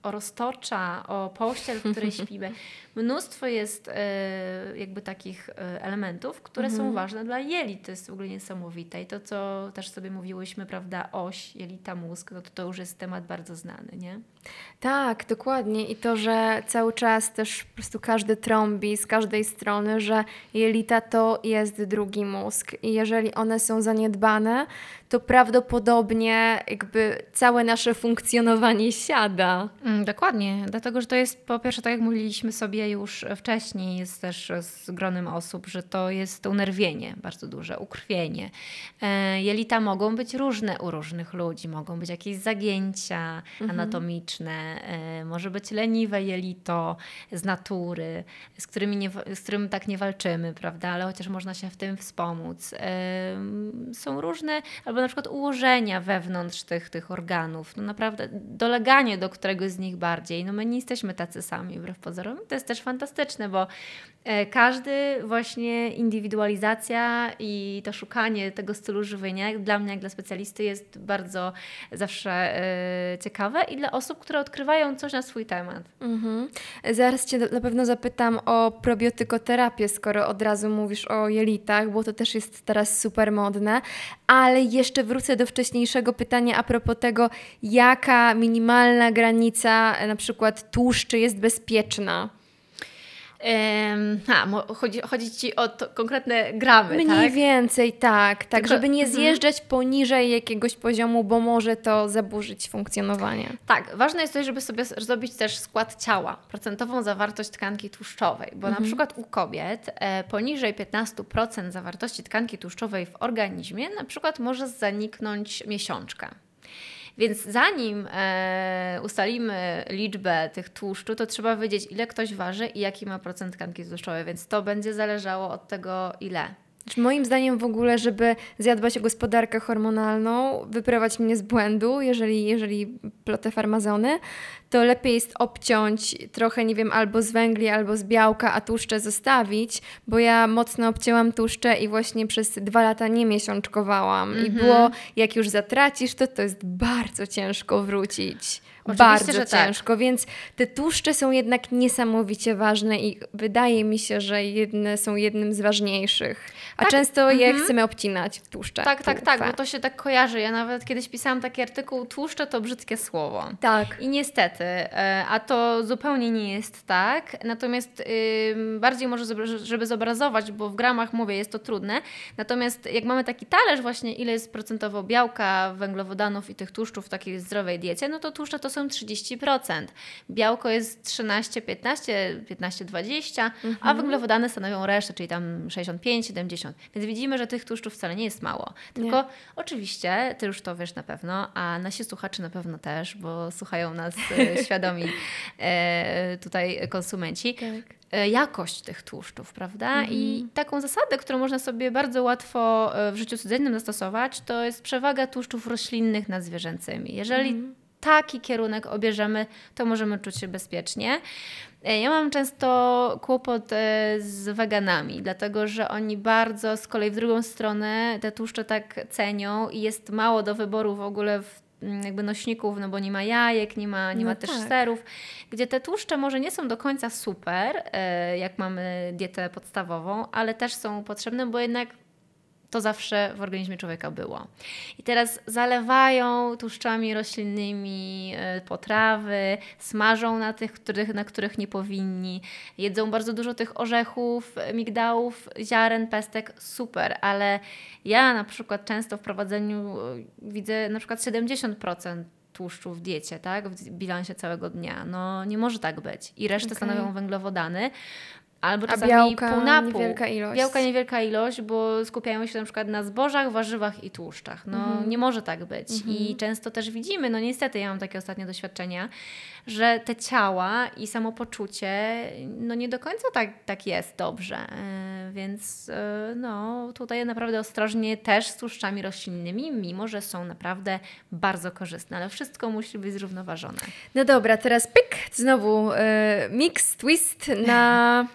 o roztocza, o pościel, w której śpimy. Mnóstwo jest jakby takich elementów, które są ważne dla jelit. To jest w ogóle niesamowite. I to, co też sobie mówiłyśmy, prawda, oś, jelita, mózg, no to już jest temat bardzo znany, nie? Tak, dokładnie. I to, że cały czas też po prostu każdy trąbi z każdej strony, że jelita to jest drugi mózg. I jeżeli one są zaniedbane, to prawdopodobnie jakby całe nasze funkcjonowanie siada. Dokładnie, dlatego, że to jest po pierwsze, tak jak mówiliśmy sobie już wcześniej, jest też z gronem osób, że to jest unerwienie bardzo duże, ukrwienie. Jelita mogą być różne u różnych ludzi, mogą być jakieś zagięcia anatomiczne, może być leniwe jelito z natury, z którym tak nie walczymy, prawda, ale chociaż można się w tym wspomóc. Są różne, albo na przykład ułożenia wewnątrz tych organów, no naprawdę doleganie do któregoś z nich bardziej. No my nie jesteśmy tacy sami wbrew pozorom. To jest też fantastyczne, bo każdy właśnie indywidualizacja i to szukanie tego stylu żywienia, jak dla mnie, jak dla specjalisty, jest bardzo zawsze ciekawe i dla osób, które odkrywają coś na swój temat. Zaraz Cię na pewno zapytam o probiotykoterapię, skoro od razu mówisz o jelitach, bo to też jest teraz super modne, ale jeszcze wrócę do wcześniejszego pytania a propos tego, jaka minimalna granica na przykład tłuszczy jest bezpieczna. Chodzi Ci o konkretne gramy, Mniej tak? więcej, tak. Tylko, żeby nie zjeżdżać poniżej jakiegoś poziomu, bo może to zaburzyć funkcjonowanie. Tak, ważne jest też, żeby sobie zrobić też skład ciała, procentową zawartość tkanki tłuszczowej, bo na przykład u kobiet poniżej 15% zawartości tkanki tłuszczowej w organizmie na przykład może zaniknąć miesiączka. Więc zanim ustalimy liczbę tych tłuszczu, to trzeba wiedzieć, ile ktoś waży i jaki ma procent tkanki tłuszczowej, więc to będzie zależało od tego, ile. Moim zdaniem w ogóle, żeby zadbać o gospodarkę hormonalną, wyprowadź mnie z błędu, jeżeli plotę farmazony, to lepiej jest obciąć trochę, nie wiem, albo z węgli, albo z białka, a tłuszcze zostawić, bo ja mocno obcięłam tłuszcze i właśnie przez 2 lata nie miesiączkowałam. I było, jak już zatracisz, to jest bardzo ciężko wrócić. Oczywiście, bardzo że ciężko, więc te tłuszcze są jednak niesamowicie ważne i wydaje mi się, że są jednym z ważniejszych. A często je chcemy obcinać w tłuszcze. Tak, bo to się tak kojarzy. Ja nawet kiedyś pisałam taki artykuł, tłuszcze to brzydkie słowo. Tak. I niestety, a to zupełnie nie jest tak. Natomiast bardziej może, żeby zobrazować, bo w gramach mówię, jest to trudne. Natomiast jak mamy taki talerz właśnie, ile jest procentowo białka, węglowodanów i tych tłuszczów w takiej zdrowej diecie, no to tłuszcze to są 30%. Białko jest 13, 15, 15, 20, a węglowodany stanowią resztę, czyli tam 65, 70. Więc widzimy, że tych tłuszczów wcale nie jest mało. Tylko oczywiście, Ty już to wiesz na pewno, a nasi słuchacze na pewno też, bo słuchają nas świadomi tutaj konsumenci. Tak. Jakość tych tłuszczów, prawda? I taką zasadę, którą można sobie bardzo łatwo w życiu codziennym zastosować, to jest przewaga tłuszczów roślinnych nad zwierzęcymi. Jeżeli taki kierunek obierzemy, to możemy czuć się bezpiecznie. Ja mam często kłopot z weganami, dlatego że oni bardzo z kolei w drugą stronę te tłuszcze tak cenią i jest mało do wyboru w ogóle jakby nośników, no bo nie ma jajek, nie ma też serów, gdzie te tłuszcze może nie są do końca super, jak mamy dietę podstawową, ale też są potrzebne, bo jednak to zawsze w organizmie człowieka było. I teraz zalewają tłuszczami roślinnymi potrawy, smażą na których nie powinni, jedzą bardzo dużo tych orzechów, migdałów, ziaren, pestek, super, ale ja na przykład często w prowadzeniu widzę na przykład 70% tłuszczu w diecie, tak? W bilansie całego dnia. No nie może tak być. I resztę stanowią węglowodany. Albo czasami białka, pół na pół. Niewielka ilość. Białka niewielka ilość, bo skupiają się na przykład na zbożach, warzywach i tłuszczach. No nie może tak być. I często też widzimy, no niestety ja mam takie ostatnie doświadczenia, że te ciała i samopoczucie no nie do końca tak jest dobrze. Więc no tutaj naprawdę ostrożnie też z tłuszczami roślinnymi, mimo że są naprawdę bardzo korzystne, ale wszystko musi być zrównoważone. No dobra, teraz pyk, znowu mix, twist na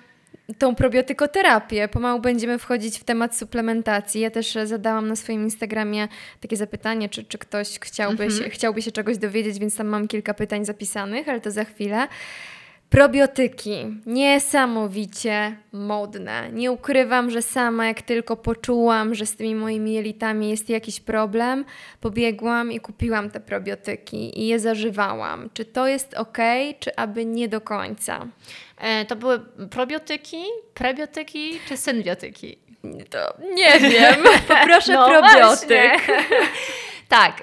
tą probiotykoterapię. Pomału będziemy wchodzić w temat suplementacji. Ja też zadałam na swoim Instagramie takie zapytanie, czy ktoś chciałby się czegoś dowiedzieć, więc tam mam kilka pytań zapisanych, ale to za chwilę. Probiotyki. Niesamowicie modne. Nie ukrywam, że sama jak tylko poczułam, że z tymi moimi jelitami jest jakiś problem, pobiegłam i kupiłam te probiotyki i je zażywałam. Czy to jest okej, czy aby nie do końca? To były probiotyki, prebiotyki czy symbiotyki? To nie wiem. Poproszę probiotyk. Tak.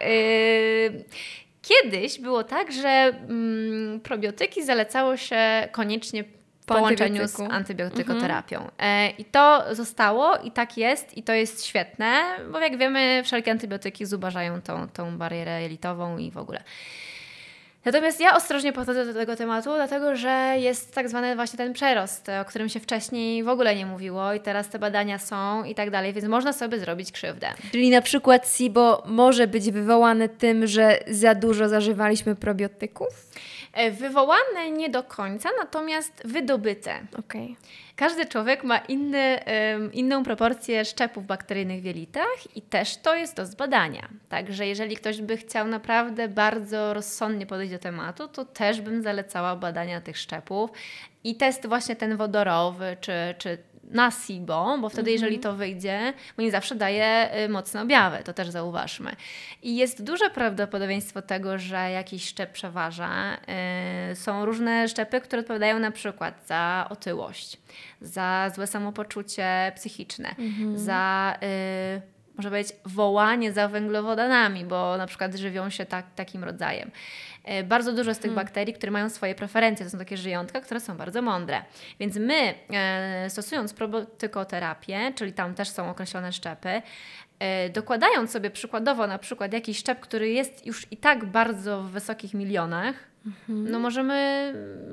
Kiedyś było tak, że probiotyki zalecało się koniecznie w połączeniu z antybiotykoterapią. I to zostało i tak jest i to jest świetne, bo jak wiemy, wszelkie antybiotyki zubażają tą barierę jelitową i w ogóle. Natomiast ja ostrożnie podchodzę do tego tematu, dlatego że jest tak zwany właśnie ten przerost, o którym się wcześniej w ogóle nie mówiło i teraz te badania są i tak dalej, więc można sobie zrobić krzywdę. Czyli na przykład SIBO może być wywołane tym, że za dużo zażywaliśmy probiotyków? Wywołane nie do końca, natomiast wydobyte. Okej. Każdy człowiek ma inną proporcję szczepów bakteryjnych w jelitach i też to jest do zbadania. Także jeżeli ktoś by chciał naprawdę bardzo rozsądnie podejść do tematu, to też bym zalecała badania tych szczepów i test właśnie ten wodorowy, czy na SIBO, bo wtedy jeżeli to wyjdzie, bo nie zawsze daje mocne objawy, to też zauważmy. I jest duże prawdopodobieństwo tego, że jakiś szczep przeważa. Są różne szczepy, które odpowiadają na przykład za otyłość, za złe samopoczucie psychiczne, za może być wołanie za węglowodanami, bo na przykład żywią się takim rodzajem. Bardzo dużo z tych bakterii, które mają swoje preferencje, to są takie żyjątka, które są bardzo mądre. Więc my stosując probiotykoterapię, czyli tam też są określone szczepy, dokładając sobie przykładowo na przykład jakiś szczep, który jest już i tak bardzo w wysokich milionach, no możemy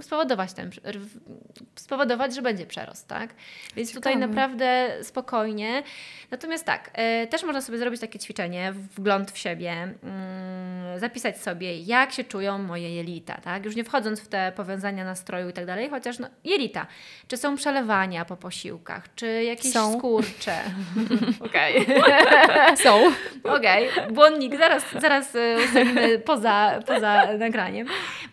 spowodować, że będzie przerost, tak? Więc Ciekawe. tutaj naprawdę spokojnie. Natomiast tak, też można sobie zrobić takie ćwiczenie, wgląd w siebie, zapisać sobie, jak się czują moje jelita, tak? Już nie wchodząc w te powiązania nastroju i tak dalej, chociaż czy są przelewania po posiłkach, czy jakieś skurcze. Okej. Są. Okej. Błonnik, zaraz ustalimy poza nagraniem.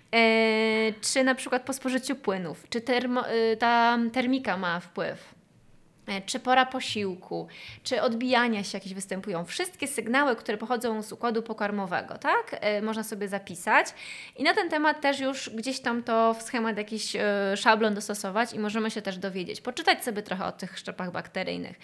Czy na przykład po spożyciu płynów, czy ta termika ma wpływ, czy pora posiłku, czy odbijania się jakieś występują. Wszystkie sygnały, które pochodzą z układu pokarmowego, tak? Można sobie zapisać i na ten temat też już gdzieś tam to w schemat jakiś szablon dostosować i możemy się też dowiedzieć. Poczytać sobie trochę o tych szczepach bakteryjnych.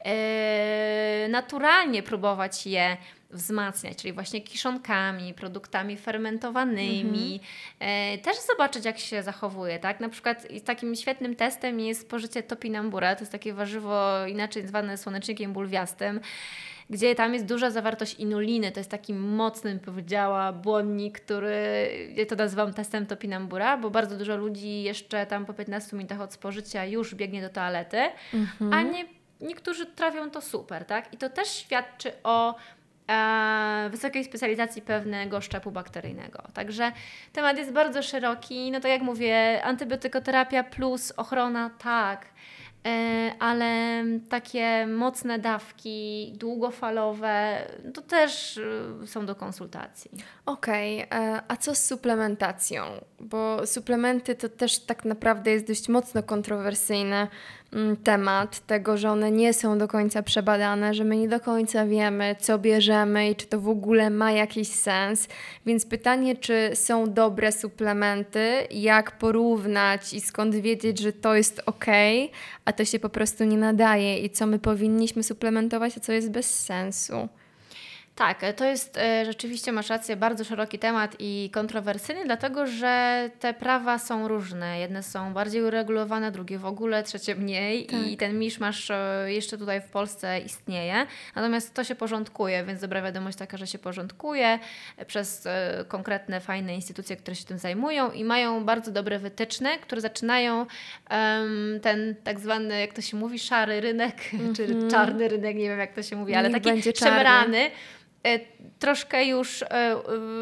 Naturalnie próbować je wzmacniać, czyli właśnie kiszonkami, produktami fermentowanymi. Też zobaczyć, jak się zachowuje, tak? Na przykład takim świetnym testem jest spożycie topinambura, to jest takie warzywo inaczej zwane słonecznikiem bulwiastym, gdzie tam jest duża zawartość inuliny, to jest taki mocny, powiedziała, błonnik, który, ja to nazywam testem topinambura, bo bardzo dużo ludzi jeszcze tam po 15 minutach od spożycia już biegnie do toalety, a niektórzy trafią to super, tak? I to też świadczy o wysokiej specjalizacji pewnego szczepu bakteryjnego. Także temat jest bardzo szeroki. No tak jak mówię, antybiotykoterapia plus ochrona, tak, ale takie mocne dawki, długofalowe, to też są do konsultacji. Okej, a co z suplementacją? Bo suplementy to też tak naprawdę jest dość mocno kontrowersyjny temat tego, że one nie są do końca przebadane, że my nie do końca wiemy, co bierzemy i czy to w ogóle ma jakiś sens. Więc pytanie, czy są dobre suplementy, jak porównać i skąd wiedzieć, że to jest okej, a to się po prostu nie nadaje i co my powinniśmy suplementować, a co jest bez sensu. Tak, to jest rzeczywiście, masz rację, bardzo szeroki temat i kontrowersyjny, dlatego że te prawa są różne. Jedne są bardziej uregulowane, drugie w ogóle, trzecie mniej i ten miszmasz jeszcze tutaj w Polsce istnieje. Natomiast to się porządkuje, więc dobra wiadomość taka, że się porządkuje przez konkretne, fajne instytucje, które się tym zajmują i mają bardzo dobre wytyczne, które zaczynają ten tak zwany, jak to się mówi, szary rynek, czy czarny rynek, nie wiem jak to się mówi, ale taki szemrany, troszkę już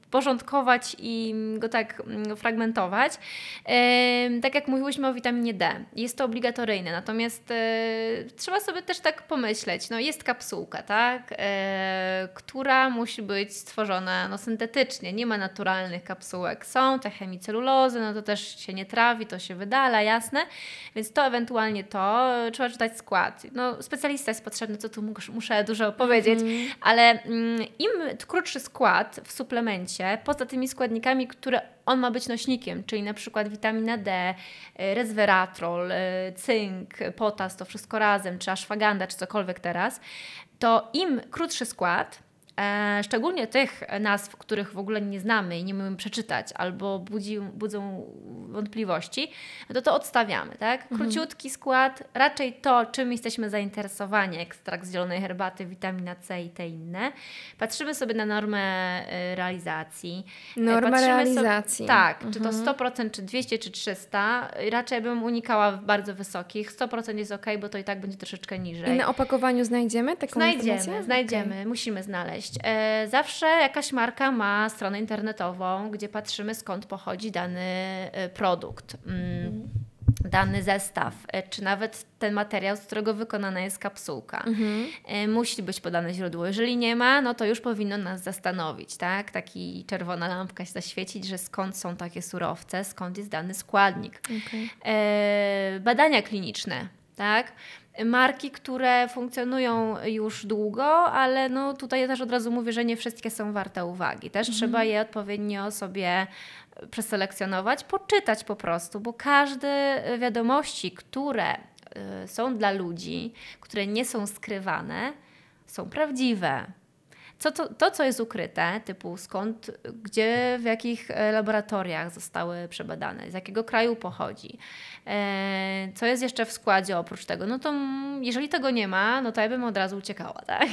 porządkować i go tak fragmentować. Tak jak mówiłyśmy o witaminie D, jest to obligatoryjne, natomiast trzeba sobie też tak pomyśleć, no jest kapsułka, tak, która musi być stworzona no, syntetycznie, nie ma naturalnych kapsułek, są te chemicelulozy, no to też się nie trawi, to się wydala, jasne, więc to ewentualnie to, trzeba czytać skład. No specjalista jest potrzebny, co tu muszę dużo powiedzieć, ale im krótszy skład w suplemencie, poza tymi składnikami, które on ma być nośnikiem, czyli na przykład witamina D, resveratrol, cynk, potas, to wszystko razem, czy ashwagandha, czy cokolwiek teraz, to im krótszy skład, szczególnie tych nazw, których w ogóle nie znamy i nie umiemy przeczytać albo budzą wątpliwości, to odstawiamy, tak? Króciutki skład, raczej to, czym jesteśmy zainteresowani, ekstrakt z zielonej herbaty, witamina C i te inne. Patrzymy sobie na normę realizacji. Normę realizacji. Tak, czy to 100%, czy 200, czy 300. Raczej bym unikała bardzo wysokich. 100% jest ok, bo to i tak będzie troszeczkę niżej. I na opakowaniu znajdziemy taką informację? Znajdziemy, musimy znaleźć. Zawsze jakaś marka ma stronę internetową, gdzie patrzymy, skąd pochodzi dany produkt, dany zestaw, czy nawet ten materiał, z którego wykonana jest kapsułka. Musi być podane źródło. Jeżeli nie ma, no to już powinno nas zastanowić, tak? Taki czerwona lampka się zaświecić, że skąd są takie surowce, skąd jest dany składnik. Badania kliniczne, tak? Marki, które funkcjonują już długo, ale no tutaj też od razu mówię, że nie wszystkie są warte uwagi. Też trzeba je odpowiednio sobie przeselekcjonować, poczytać po prostu, bo każde wiadomości, które są dla ludzi, które nie są skrywane, są prawdziwe. Co jest ukryte, typu skąd, gdzie, w jakich laboratoriach zostały przebadane, z jakiego kraju pochodzi, co jest jeszcze w składzie oprócz tego, no to jeżeli tego nie ma, no to ja bym od razu uciekała, tak?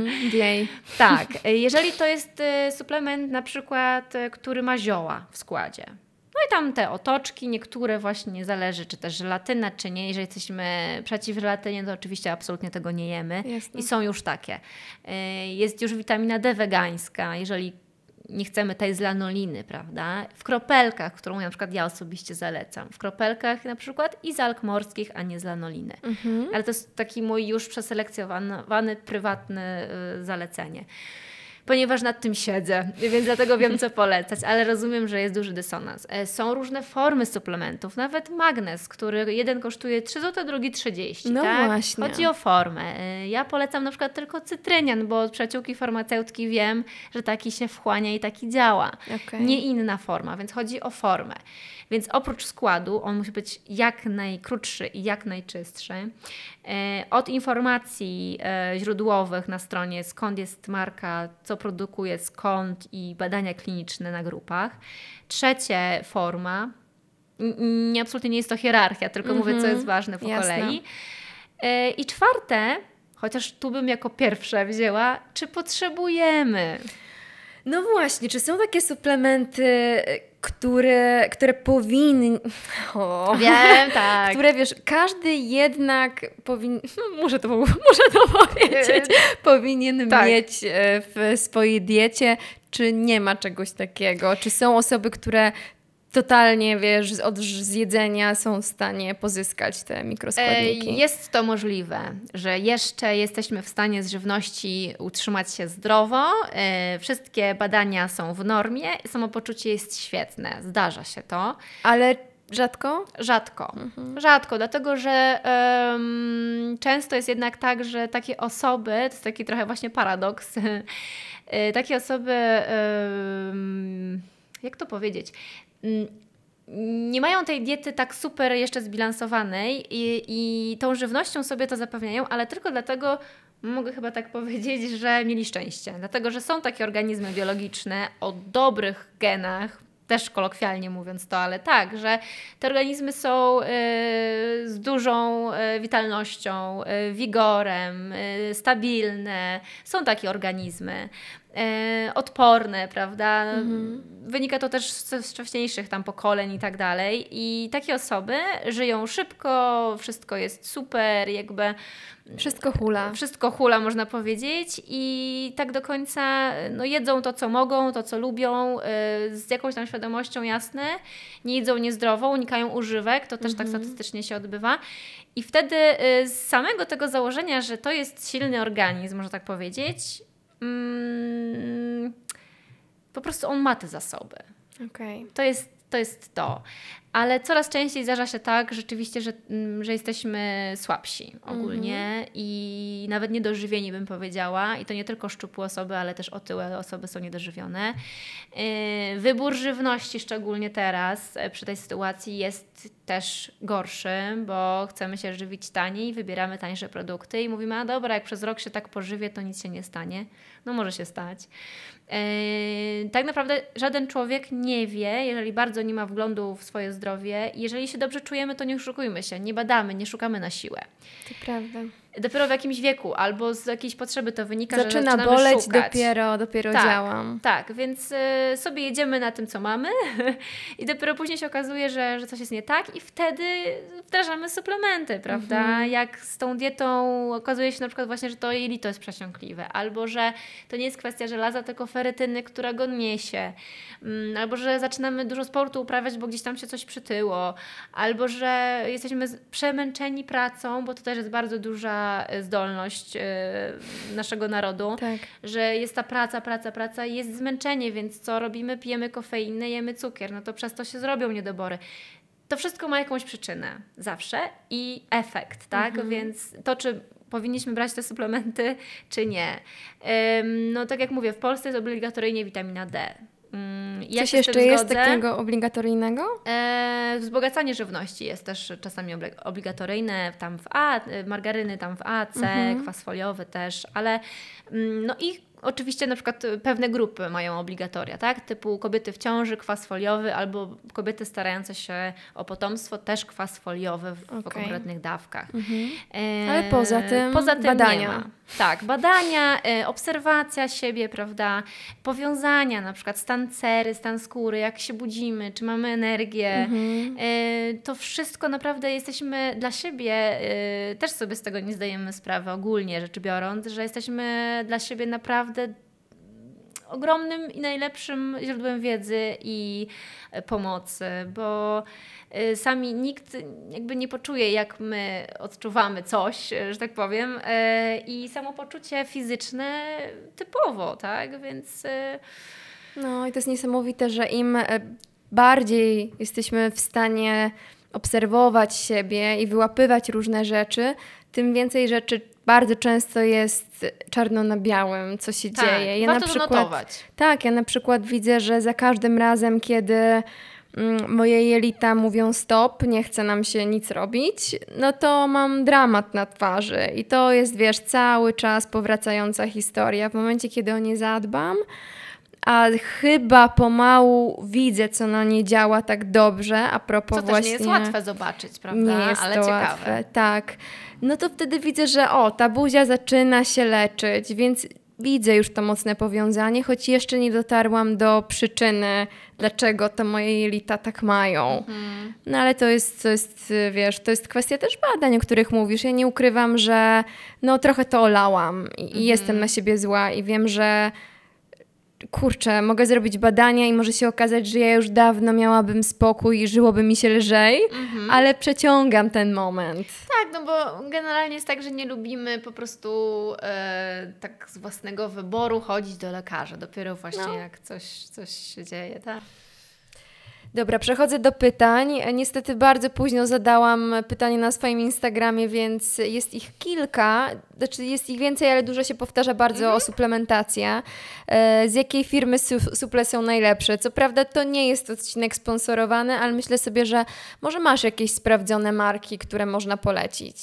Tak, jeżeli to jest suplement na przykład, który ma zioła w składzie. No i tam te otoczki, niektóre właśnie zależy, czy też żelatyna, czy nie. Jeżeli jesteśmy przeciw żelatynie, to oczywiście absolutnie tego nie jemy. Jasne. I są już takie. Jest już witamina D wegańska, jeżeli nie chcemy tej z lanoliny, prawda? W kropelkach, którą na przykład ja osobiście zalecam. W kropelkach na przykład i z alg morskich, a nie z lanoliny. Ale to jest taki mój już przeselekcjonowany, prywatny zalecenie. Ponieważ nad tym siedzę, więc dlatego wiem, co polecać, ale rozumiem, że jest duży dysonans. Są różne formy suplementów, nawet magnes, który jeden kosztuje 3 zł, drugi 30. No tak? właśnie. Chodzi o formę. Ja polecam na przykład tylko cytrynian, bo od przyjaciółki farmaceutki wiem, że taki się wchłania i taki działa. Nie inna forma, więc chodzi o formę. Więc oprócz składu, on musi być jak najkrótszy i jak najczystszy. Od informacji źródłowych na stronie, skąd jest marka, co produkuje, skąd i badania kliniczne na grupach. Trzecie, forma. Absolutnie nie jest to hierarchia, tylko mówię, co jest ważne po kolei. I czwarte, chociaż tu bym jako pierwsze wzięła, czy potrzebujemy. No właśnie, czy są takie suplementy, które powinny... Wiem, tak. Które, wiesz, każdy jednak powinien... muszę to powiedzieć. Powinien mieć w swojej diecie. Czy nie ma czegoś takiego? Czy są osoby, które totalnie, wiesz, od zjedzenia są w stanie pozyskać te mikroskładniki? Jest to możliwe, że jeszcze jesteśmy w stanie z żywności utrzymać się zdrowo. Wszystkie badania są w normie, samopoczucie jest świetne, zdarza się to. Ale rzadko? Rzadko, dlatego że często jest jednak tak, że takie osoby, to jest taki trochę właśnie paradoks, takie osoby, jak to powiedzieć, nie mają tej diety tak super jeszcze zbilansowanej i tą żywnością sobie to zapewniają, ale tylko dlatego, mogę chyba tak powiedzieć, że mieli szczęście. Dlatego, że są takie organizmy biologiczne o dobrych genach, też kolokwialnie mówiąc to, ale tak, że te organizmy są z dużą witalnością, wigorem, stabilne. Są takie organizmy. odporne, prawda? Wynika to też z wcześniejszych tam pokoleń i tak dalej. I takie osoby żyją szybko, wszystko jest super, jakby Wszystko hula. można powiedzieć, i tak do końca jedzą to, co mogą, to, co lubią, z jakąś tam świadomością, jasne. Nie jedzą niezdrowo, unikają używek, to też tak statystycznie się odbywa. I wtedy z samego tego założenia, że to jest silny organizm, można tak powiedzieć, po prostu on ma te zasoby. Okej. To jest to. Ale coraz częściej zdarza się tak rzeczywiście, że jesteśmy słabsi ogólnie i nawet niedożywieni, bym powiedziała. I to nie tylko szczupłe osoby, ale też otyłe osoby są niedożywione. Wybór żywności, szczególnie teraz przy tej sytuacji, jest też gorszy, bo chcemy się żywić taniej, wybieramy tańsze produkty i mówimy, a dobra, jak przez rok się tak pożywię, to nic się nie stanie. No może się stać. Tak naprawdę żaden człowiek nie wie, jeżeli bardzo nie ma wglądu w swoje zdrowie. Jeżeli się dobrze czujemy, to nie oszukujmy się, nie badamy, nie szukamy na siłę. To prawda. Dopiero w jakimś wieku albo z jakiejś potrzeby to wynika, że Zaczyna zaczynamy boleć, szukać. dopiero Tak, działam. Tak, więc sobie jedziemy na tym, co mamy i dopiero później się okazuje, że coś jest nie tak i wtedy wdrażamy suplementy, prawda? Jak z tą dietą okazuje się na przykład właśnie, że to jelito jest przesiąkliwe, albo że to nie jest kwestia żelaza, tylko ferytyny, która go niesie, albo że zaczynamy dużo sportu uprawiać, bo gdzieś tam się coś przytyło, albo że jesteśmy przemęczeni pracą, bo to też jest bardzo duża zdolność naszego narodu, Tak. że jest ta praca i jest zmęczenie, więc co robimy? Pijemy kofeinę, jemy cukier, no to przez to się zrobią niedobory. To wszystko ma jakąś przyczynę zawsze i efekt, tak? Więc to, czy powinniśmy brać te suplementy, czy nie. No tak jak mówię, w Polsce jest obligatoryjnie witamina D. Ja Coś się z tym jeszcze jest zgodzę. takiego obligatoryjnego? Wzbogacanie żywności jest też czasami obligatoryjne, tam w margaryny tam w A, C, kwas foliowy też, ale i oczywiście na przykład pewne grupy mają obligatoria, tak? Typu kobiety w ciąży, kwas foliowy, albo kobiety starające się o potomstwo, też kwas foliowy w konkretnych dawkach. Ale poza tym badania. Nie ma. Tak, badania, obserwacja siebie, prawda? Powiązania, na przykład stan cery, stan skóry, jak się budzimy, czy mamy energię. To wszystko naprawdę jesteśmy dla siebie, też sobie z tego nie zdajemy sprawy ogólnie rzecz biorąc, że jesteśmy dla siebie naprawdę ogromnym i najlepszym źródłem wiedzy i pomocy, bo sami nikt jakby nie poczuje, jak my odczuwamy coś, że tak powiem, i samopoczucie fizyczne typowo, tak, więc... No i to jest niesamowite, że im bardziej jesteśmy w stanie obserwować siebie i wyłapywać różne rzeczy, tym więcej rzeczy bardzo często jest czarno na białym, co się dzieje. Ja warto to notować. Tak, ja na przykład widzę, że za każdym razem, kiedy moje jelita mówią stop, nie chce nam się nic robić, no to mam dramat na twarzy i to jest, wiesz, cały czas powracająca historia. W momencie, kiedy o nie zadbam, a chyba pomału widzę, co na nie działa tak dobrze, a propos co właśnie... też nie jest łatwe zobaczyć, prawda? Nie jest ale to ciekawe. łatwe, tak. No to wtedy widzę, że ta buzia zaczyna się leczyć, więc widzę już to mocne powiązanie, choć jeszcze nie dotarłam do przyczyny, dlaczego to moje jelita tak mają. No ale to jest, wiesz, to jest kwestia też badań, o których mówisz. Ja nie ukrywam, że trochę to olałam i jestem na siebie zła i wiem, że kurczę, mogę zrobić badania i może się okazać, że ja już dawno miałabym spokój i żyłoby mi się lżej, ale przeciągam ten moment. Tak, no bo generalnie jest tak, że nie lubimy po prostu tak z własnego wyboru chodzić do lekarza. Dopiero właśnie jak coś się dzieje, tak? Dobra, przechodzę do pytań. Niestety bardzo późno zadałam pytanie na swoim Instagramie, więc jest ich kilka. Znaczy jest ich więcej, ale dużo się powtarza bardzo o suplementację. Z jakiej firmy suple są najlepsze? Co prawda to nie jest odcinek sponsorowany, ale myślę sobie, że może masz jakieś sprawdzone marki, które można polecić.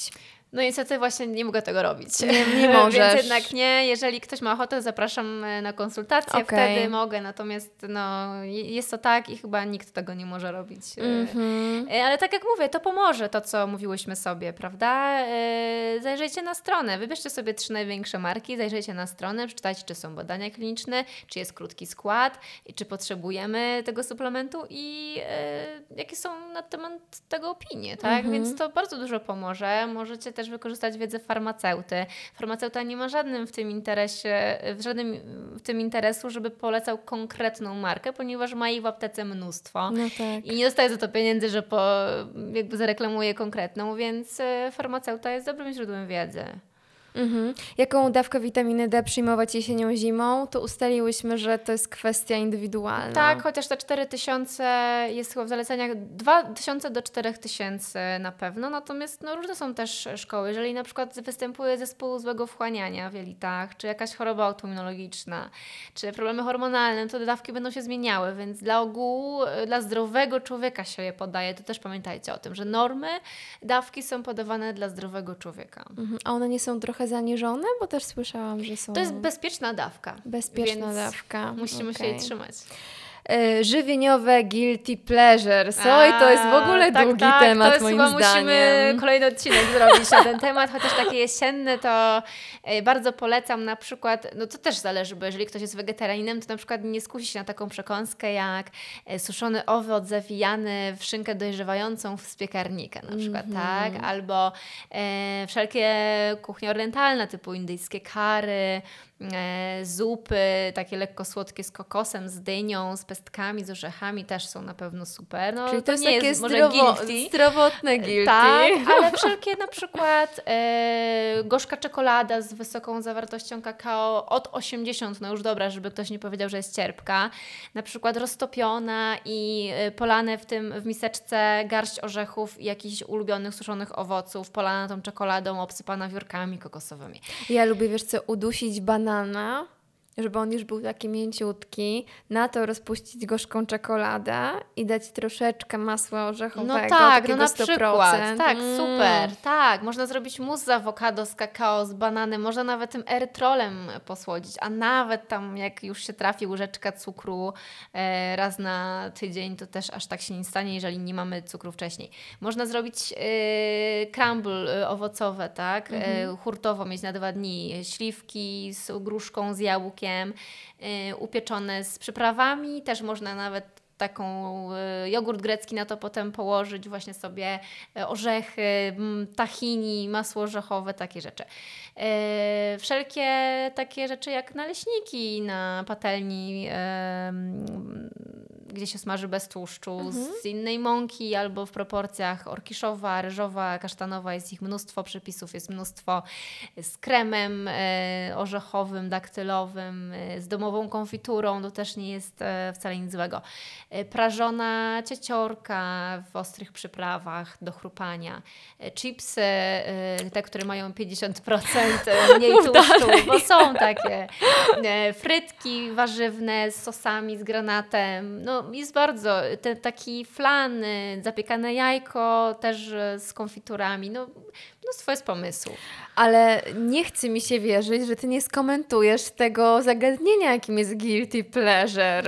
No niestety właśnie nie mogę tego robić. Nie możesz. Więc jednak nie. Jeżeli ktoś ma ochotę, zapraszam na konsultację, wtedy mogę. Natomiast jest to tak i chyba nikt tego nie może robić. Ale tak jak mówię, to pomoże to, co mówiłyśmy sobie, prawda? Zajrzyjcie na stronę, wybierzcie sobie 3 największe marki, zajrzyjcie na stronę, przeczytajcie, czy są badania kliniczne, czy jest krótki skład i czy potrzebujemy tego suplementu i jakie są na temat tego opinie, tak? Więc to bardzo dużo pomoże. Możecie też wykorzystać wiedzę farmaceuty. Farmaceuta nie ma żadnym w tym interesu, żeby polecał konkretną markę, ponieważ ma ich w aptece mnóstwo. No tak. I nie dostaje za to pieniędzy, że jakby zareklamuje konkretną, więc farmaceuta jest dobrym źródłem wiedzy. Jaką dawkę witaminy D przyjmować jesienią, zimą? To ustaliłyśmy, że to jest kwestia indywidualna. Tak, chociaż te 4000 jest chyba w zaleceniach 2000 do 4000 na pewno, natomiast różne są też szkoły. Jeżeli na przykład występuje zespół złego wchłaniania w jelitach, czy jakaś choroba autoimmunologiczna, czy problemy hormonalne, to te dawki będą się zmieniały, więc dla ogółu, dla zdrowego człowieka się je podaje. To też pamiętajcie o tym, że normy dawki są podawane dla zdrowego człowieka. A one nie są trochę zaniżone? Bo też słyszałam, że są... To jest bezpieczna dawka. Bezpieczna dawka. Musimy się jej trzymać. Żywieniowe guilty pleasures. Oj, to jest w ogóle długi temat, moim zdaniem. Musimy kolejny odcinek zrobić na ten temat, chociaż takie jesienne to bardzo polecam na przykład, to też zależy, bo jeżeli ktoś jest wegetarianinem, to na przykład nie skusi się na taką przekąskę jak suszony owoc zawijany w szynkę dojrzewającą z piekarnika na przykład, tak? Albo wszelkie kuchnie orientalne typu indyjskie curry, zupy takie lekko słodkie z kokosem, z dynią, z pestkami, z orzechami też są na pewno super. Czyli to jest nie takie jest może guilty. zdrowotne guilty. Tak, ale wszelkie na przykład gorzka czekolada z wysoką zawartością kakao od 80, już dobra, żeby ktoś nie powiedział, że jest cierpka. Na przykład roztopiona i polane w miseczce garść orzechów i jakichś ulubionych suszonych owoców, polana tą czekoladą, obsypana wiórkami kokosowymi. Ja lubię, udusić banana, żeby on już był taki mięciutki, na to rozpuścić gorzką czekoladę i dać troszeczkę masła orzechowego, takiego na 100%. przykład. Tak, super. Tak, można zrobić mus z awokado, z kakao, z bananem, można nawet tym erytrolem posłodzić, a nawet tam jak już się trafi łyżeczka cukru raz na tydzień, to też aż tak się nie stanie, jeżeli nie mamy cukru wcześniej. Można zrobić crumble owocowe, tak? Hurtowo mieć na 2 dni. Śliwki z gruszką, z jabłkiem, upieczone z przyprawami, też można nawet jogurt grecki na to potem położyć, właśnie sobie orzechy, tahini, masło orzechowe, takie rzeczy. Wszelkie takie rzeczy jak naleśniki na patelni, gdzie się smaży bez tłuszczu, z innej mąki albo w proporcjach orkiszowa, ryżowa, kasztanowa, jest ich mnóstwo przepisów, jest mnóstwo z kremem orzechowym, daktylowym, z domową konfiturą, to też nie jest wcale nic złego. Prażona cieciorka w ostrych przyprawach do chrupania. Chipsy, te, które mają 50% mniej tłuszczu, bo są takie. Frytki warzywne z sosami, z granatem. Jest bardzo. Taki flan, zapiekane jajko też z konfiturami. Mnóstwo jest pomysłów. Ale nie chce mi się wierzyć, że Ty nie skomentujesz tego zagadnienia, jakim jest guilty pleasure.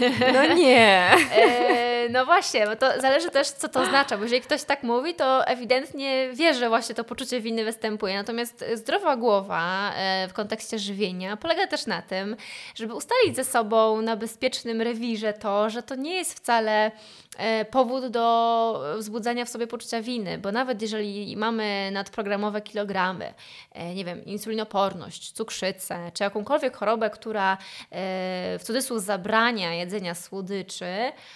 Nie. No właśnie, bo to zależy też, co to oznacza, bo jeżeli ktoś tak mówi, to ewidentnie wie, że właśnie to poczucie winy występuje. Natomiast zdrowa głowa w kontekście żywienia polega też na tym, żeby ustalić ze sobą na bezpiecznym rewirze to, że to nie jest wcale powód do wzbudzania w sobie poczucia winy, bo nawet jeżeli mamy nadprogramowe kilogramy, nie wiem, insulinoporność, cukrzycę, czy jakąkolwiek chorobę, która w cudzysłów zabrania jedzenia słodyczy,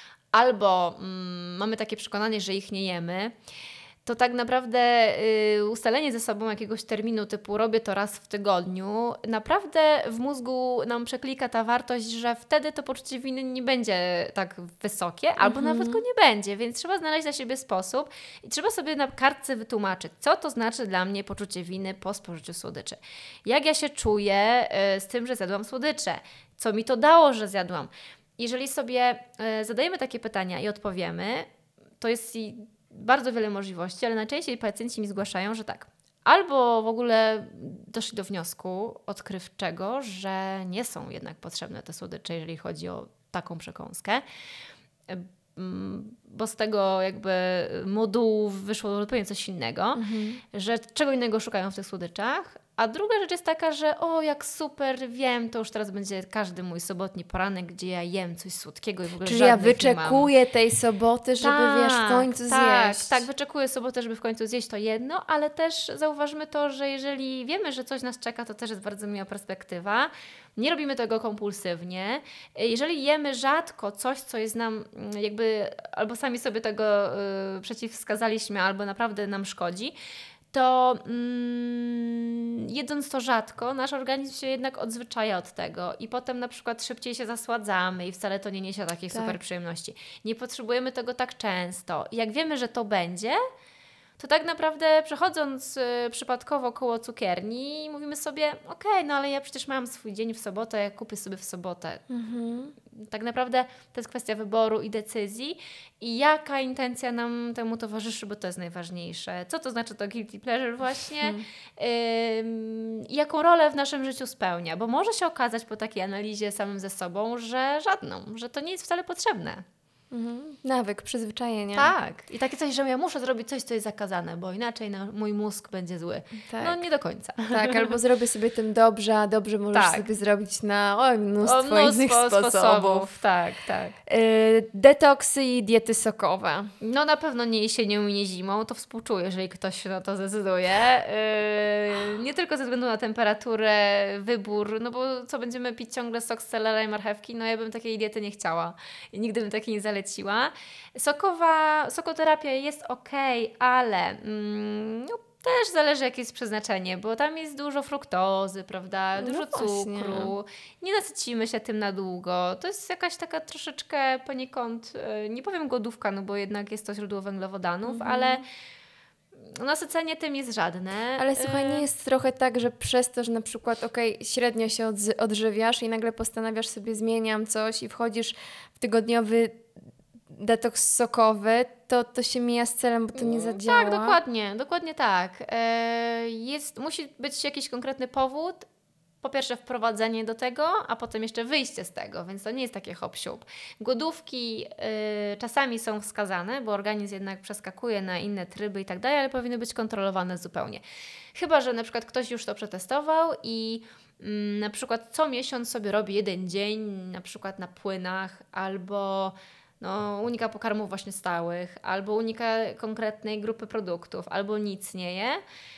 albo mamy takie przekonanie, że ich nie jemy, to tak naprawdę ustalenie ze sobą jakiegoś terminu typu robię to raz w tygodniu, naprawdę w mózgu nam przeklika ta wartość, że wtedy to poczucie winy nie będzie tak wysokie, albo nawet go nie będzie, więc trzeba znaleźć dla siebie sposób i trzeba sobie na kartce wytłumaczyć, co to znaczy dla mnie poczucie winy po spożyciu słodyczy. Jak ja się czuję z tym, że zjadłam słodycze? Co mi to dało, że zjadłam? Jeżeli sobie zadajemy takie pytania i odpowiemy, to jest bardzo wiele możliwości, ale najczęściej pacjenci mi zgłaszają, że tak, albo w ogóle doszli do wniosku odkrywczego, że nie są jednak potrzebne te słodycze, jeżeli chodzi o taką przekąskę. Bo z tego jakby modułu wyszło zupełnie coś innego, że czego innego szukają w tych słodyczach. A druga rzecz jest taka, że jak super, wiem, to już teraz będzie każdy mój sobotni poranek, gdzie ja jem coś słodkiego i w ogóle Czyli ja żadnych nie mam. wyczekuję tej soboty, żeby wiesz, w końcu zjeść. Tak, wyczekuję sobotę, żeby w końcu zjeść to jedno, ale też zauważmy to, że jeżeli wiemy, że coś nas czeka, to też jest bardzo miła perspektywa. Nie robimy tego kompulsywnie. Jeżeli jemy rzadko coś, co jest nam jakby albo sami sobie tego przeciwwskazaliśmy, albo naprawdę nam szkodzi, to jedząc to rzadko, nasz organizm się jednak odzwyczaja od tego i potem na przykład szybciej się zasładzamy i wcale to nie niesie takiej super przyjemności. Nie potrzebujemy tego tak często. I jak wiemy, że to będzie, to tak naprawdę przechodząc przypadkowo koło cukierni mówimy sobie, no ale ja przecież mam swój dzień w sobotę, ja kupię sobie w sobotę. Tak naprawdę to jest kwestia wyboru i decyzji i jaka intencja nam temu towarzyszy, bo to jest najważniejsze. Co to znaczy to guilty pleasure właśnie? Jaką rolę w naszym życiu spełnia? Bo może się okazać po takiej analizie samym ze sobą, że żadną, że to nie jest wcale potrzebne. Nawyk, przyzwyczajenie. Tak. I takie coś, że ja muszę zrobić coś, co jest zakazane, bo inaczej mój mózg będzie zły. Tak. No nie do końca. Tak, albo zrobię sobie tym dobrze, a dobrze możesz sobie zrobić na mnóstwo innych sposobów. Tak. Detoksy i diety sokowe. No na pewno nie jesienią i nie zimą, to współczuję, jeżeli ktoś się na to zdecyduje. Nie tylko ze względu na temperaturę, wybór, no bo co, będziemy pić ciągle sok z selera i marchewki? No ja bym takiej diety nie chciała i nigdy bym takiej nie zaleciła. Sokoterapia jest okej, ale też zależy, jakie jest przeznaczenie, bo tam jest dużo fruktozy, prawda? Dużo cukru. Nie nasycimy się tym na długo. To jest jakaś taka troszeczkę poniekąd, nie powiem głodówka, no bo jednak jest to źródło węglowodanów, ale nasycenie tym jest żadne. Ale słuchaj, nie jest trochę tak, że przez to, że na przykład średnio się odżywiasz i nagle postanawiasz sobie zmieniam coś i wchodzisz w tygodniowy detoks sokowy, to się mija z celem, bo to nie zadziała. Tak, dokładnie tak. Musi być jakiś konkretny powód. Po pierwsze wprowadzenie do tego, a potem jeszcze wyjście z tego, więc to nie jest takie hop-siup. Głodówki czasami są wskazane, bo organizm jednak przeskakuje na inne tryby i tak dalej, ale powinny być kontrolowane zupełnie. Chyba że na przykład ktoś już to przetestował i na przykład co miesiąc sobie robi jeden dzień, na przykład na płynach, albo unika pokarmów właśnie stałych, albo unika konkretnej grupy produktów, albo nic nie je,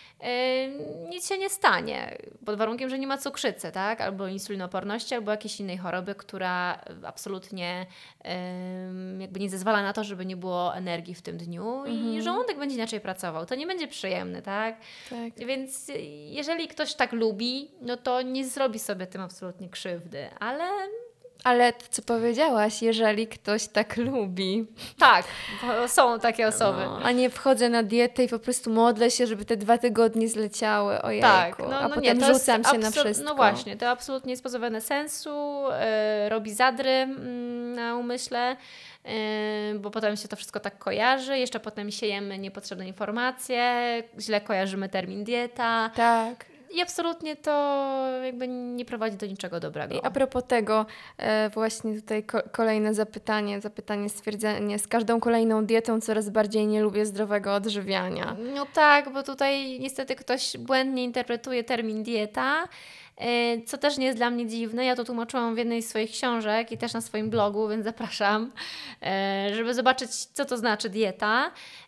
nic się nie stanie, pod warunkiem, że nie ma cukrzycy, tak? Albo insulinoporności, albo jakiejś innej choroby, która absolutnie jakby nie zezwala na to, żeby nie było energii w tym dniu i żołądek będzie inaczej pracował. To nie będzie przyjemne, tak? Więc jeżeli ktoś tak lubi, no to nie zrobi sobie tym absolutnie krzywdy, Ale to, co powiedziałaś, jeżeli ktoś tak lubi. Tak, bo są takie osoby. A nie wchodzę na dietę i po prostu modlę się, żeby te 2 tygodnie zleciały. Ojejku. Tak, a potem rzucam się na wszystko. No właśnie, to absolutnie jest pozbawione sensu, robi zadry na umyśle, bo potem się to wszystko tak kojarzy, jeszcze potem siejemy niepotrzebne informacje, źle kojarzymy termin dieta. Tak. I absolutnie to jakby nie prowadzi do niczego dobrego. I a propos tego, właśnie tutaj kolejne zapytanie, stwierdzenie, z każdą kolejną dietą coraz bardziej nie lubię zdrowego odżywiania. No tak, bo tutaj niestety ktoś błędnie interpretuje termin dieta, co też nie jest dla mnie dziwne. Ja to tłumaczyłam w jednej z swoich książek i też na swoim blogu, więc zapraszam, żeby zobaczyć, co to znaczy dieta.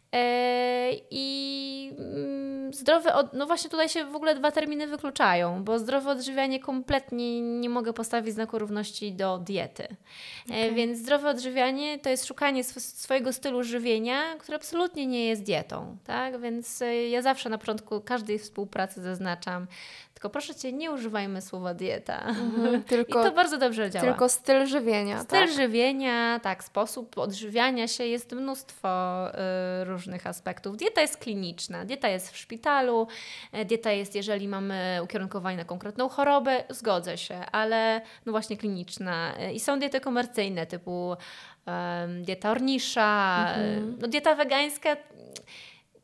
I no właśnie tutaj się w ogóle 2 terminy wykluczają, bo zdrowe odżywianie kompletnie nie mogę postawić znaku równości do diety. Więc zdrowe odżywianie to jest szukanie swojego stylu żywienia, który absolutnie nie jest dietą, tak? Więc ja zawsze na początku każdej współpracy zaznaczam, tylko proszę Cię, nie używajmy słowa dieta. I to bardzo dobrze działa. Tylko styl żywienia. Styl żywienia, tak, sposób odżywiania się, jest mnóstwo różnych aspektów. Dieta jest kliniczna, dieta jest w szpitalu, dieta jest, jeżeli mamy ukierunkowanie na konkretną chorobę, zgodzę się, ale no właśnie kliniczna. I są diety komercyjne typu dieta Ornisza, no dieta wegańska.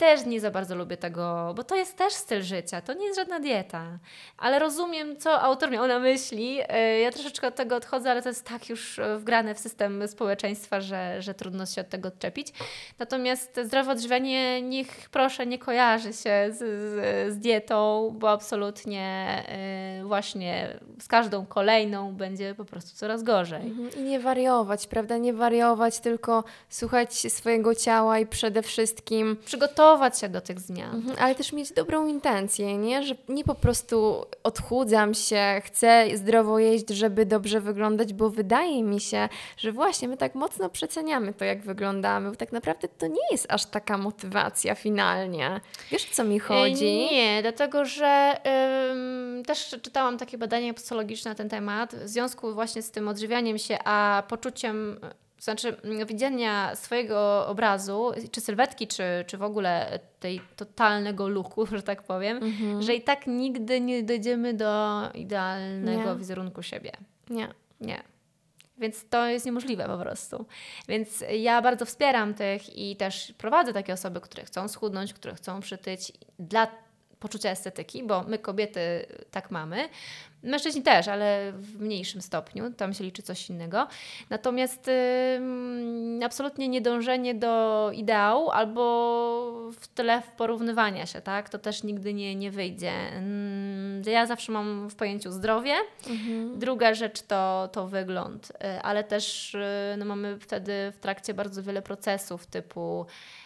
też nie za bardzo lubię tego, bo to jest też styl życia, to nie jest żadna dieta. Ale rozumiem, co autor miał na myśli. Ja troszeczkę od tego odchodzę, ale to jest tak już wgrane w system społeczeństwa, że trudno się od tego odczepić. Natomiast zdrowe odżywianie niech proszę nie kojarzy się z dietą, bo absolutnie właśnie z każdą kolejną będzie po prostu coraz gorzej. I nie wariować, prawda? Nie wariować, tylko słuchać swojego ciała i przede wszystkim przygotować się do tych zmian. Ale też mieć dobrą intencję, nie? Że nie po prostu odchudzam się, chcę zdrowo jeść, żeby dobrze wyglądać, bo wydaje mi się, że właśnie my tak mocno przeceniamy to, jak wyglądamy, bo tak naprawdę to nie jest aż taka motywacja finalnie. Wiesz, o co mi chodzi? Nie, dlatego, że też czytałam takie badania psychologiczne na ten temat, w związku właśnie z tym odżywianiem się, a poczuciem, znaczy widzenia swojego obrazu, czy sylwetki, czy w ogóle tej totalnego looku, że tak powiem, że i tak nigdy nie dojdziemy do idealnego wizerunku siebie. Nie. Więc to jest niemożliwe po prostu. Więc ja bardzo wspieram tych i też prowadzę takie osoby, które chcą schudnąć, które chcą przytyć dla poczucia estetyki, bo my kobiety tak mamy. Mężczyźni też, ale w mniejszym stopniu. Tam się liczy coś innego. Natomiast absolutnie niedążenie do ideału albo w tyle porównywania się, tak? To też nigdy nie wyjdzie. Ja zawsze mam w pojęciu zdrowie. Druga rzecz to wygląd. Ale też mamy wtedy w trakcie bardzo wiele procesów typu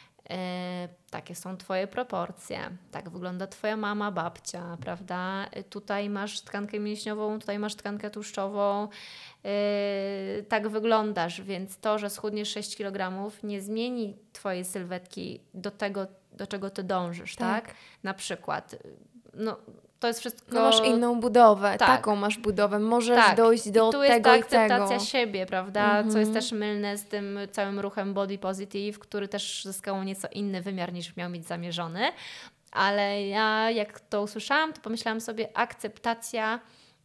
takie są Twoje proporcje, tak wygląda Twoja mama, babcia, prawda? Tutaj masz tkankę mięśniową, tutaj masz tkankę tłuszczową, tak wyglądasz, więc to, że schudniesz 6 kg nie zmieni Twojej sylwetki do tego, do czego Ty dążysz, tak? Na przykład, to jest wszystko... masz inną budowę, tak. Taką masz budowę, możesz dojść do I tu tego jest ta i tego. akceptacja siebie, prawda? Co jest też mylne z tym całym ruchem body positive, który też zyskał nieco inny wymiar niż miał mieć zamierzony. Ale ja jak to usłyszałam, to pomyślałam sobie akceptacja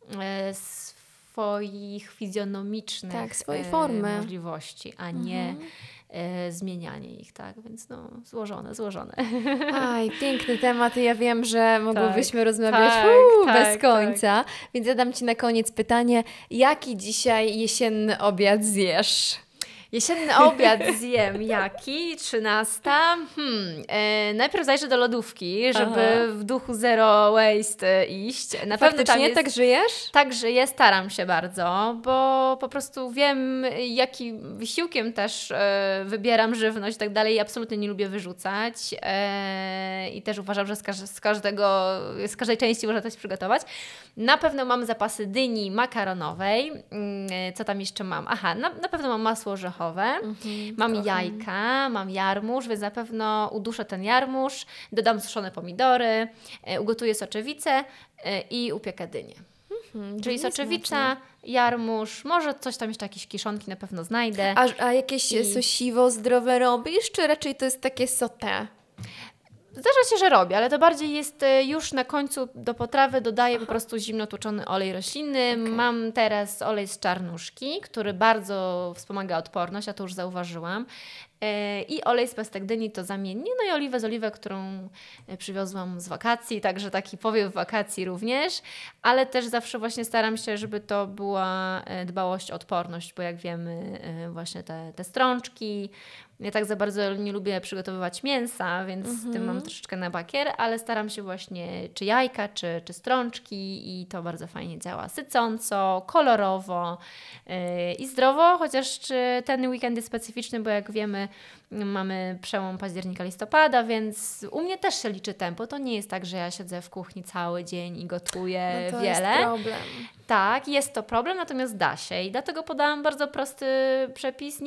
swoich fizjonomicznych swojej formy. możliwości, a nie zmienianie ich, tak? Więc złożone. Aj, piękny temat i ja wiem, że mogłybyśmy rozmawiać bez końca. Tak. Więc zadam Ci na koniec pytanie, jaki dzisiaj jesienny obiad zjesz? Jesienny obiad zjem jaki? 13. Najpierw zajrzę do lodówki, żeby w duchu zero waste iść. Na pewno tam jest... tak żyjesz? Tak żyję, staram się bardzo, bo po prostu wiem, jakim wysiłkiem też wybieram żywność i tak dalej i absolutnie nie lubię wyrzucać i też uważam, że z każdej części można coś przygotować. Na pewno mam zapasy dyni makaronowej. Co tam jeszcze mam? Aha, na pewno mam masło orzechowe. Mam jajka, mam jarmuż, więc na pewno uduszę ten jarmuż, dodam suszone pomidory, ugotuję soczewicę i upiekę dynię. Czyli soczewica, jarmuż, może coś tam jeszcze, jakieś kiszonki na pewno znajdę. A jakieś sosiwo zdrowe robisz, czy raczej to jest takie sauté? Zdarza się, że robię, ale to bardziej jest już na końcu do potrawy dodaję po prostu zimno tłuczony olej roślinny. Mam teraz olej z czarnuszki, który bardzo wspomaga odporność, ja to już zauważyłam. I olej z pestek dyni to zamiennie, no i oliwę z oliwę, którą przywiozłam z wakacji, także taki powiew wakacji również, ale też zawsze właśnie staram się, żeby to była dbałość o odporność, bo jak wiemy właśnie te strączki, ja tak za bardzo nie lubię przygotowywać mięsa, więc z tym mam troszeczkę na bakier, ale staram się właśnie czy jajka, czy strączki i to bardzo fajnie działa. Sycąco, kolorowo i zdrowo, chociaż ten weekend jest specyficzny, bo jak wiemy, mamy przełom października-listopada, więc u mnie też się liczy tempo. To nie jest tak, że ja siedzę w kuchni cały dzień i gotuję to wiele. Jest problem. Tak, jest to problem, natomiast da się i dlatego podałam bardzo prosty przepis,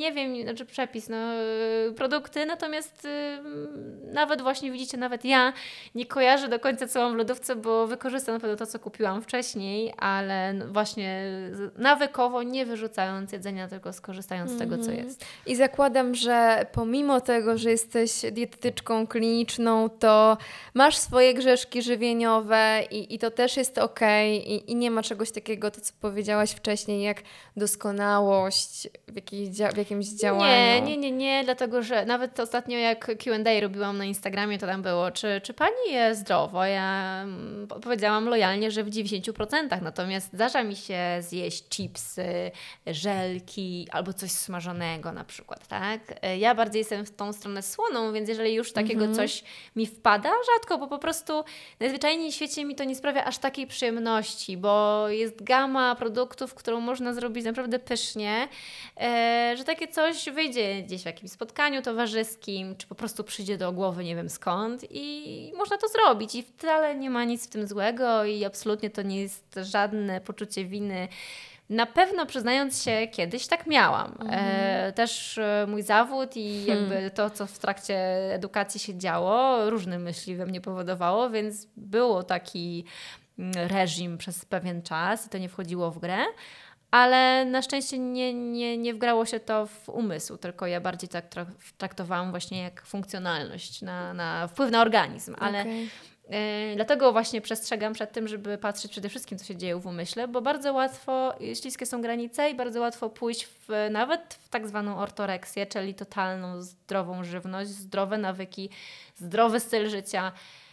produkty, natomiast nawet właśnie widzicie, nawet ja nie kojarzę do końca, co mam w lodówce, bo wykorzystam na pewno to, co kupiłam wcześniej, ale właśnie nawykowo, nie wyrzucając jedzenia, tylko skorzystając z tego, co jest. I zakładam, że pomimo tego, że jesteś dietetyczką kliniczną, to masz swoje grzeszki żywieniowe i to też jest okej i nie ma czegoś takiego, to co powiedziałaś wcześniej, jak doskonałość w jakimś działaniu. Nie, dlatego że nawet ostatnio jak Q&A robiłam na Instagramie, to zapytam było, czy pani je zdrowo? Ja powiedziałam lojalnie, że w 90%, natomiast zdarza mi się zjeść chipsy, żelki albo coś smażonego na przykład, tak? Ja bardziej jestem w tą stronę słoną, więc jeżeli już takiego coś mi wpada, rzadko, bo po prostu najzwyczajniej w świecie mi to nie sprawia aż takiej przyjemności, bo jest gama produktów, którą można zrobić naprawdę pysznie, że takie coś wyjdzie gdzieś w jakimś spotkaniu towarzyskim, czy po prostu przyjdzie do głowy nie wiem skąd i można to zrobić i wcale nie ma nic w tym złego i absolutnie to nie jest żadne poczucie winy. Na pewno przyznając się, kiedyś tak miałam. Też mój zawód i jakby to, co w trakcie edukacji się działo, różne myśli we mnie powodowało, więc było taki reżim przez pewien czas i to nie wchodziło w grę. Ale na szczęście nie wgrało się to w umysł, tylko ja bardziej tak traktowałam właśnie jak funkcjonalność, na wpływ na organizm. Ale dlatego właśnie przestrzegam przed tym, żeby patrzeć przede wszystkim, co się dzieje w umyśle, bo bardzo łatwo, śliskie są granice i bardzo łatwo pójść nawet w tak zwaną ortoreksję, czyli totalną zdrową żywność, zdrowe nawyki, zdrowy styl życia.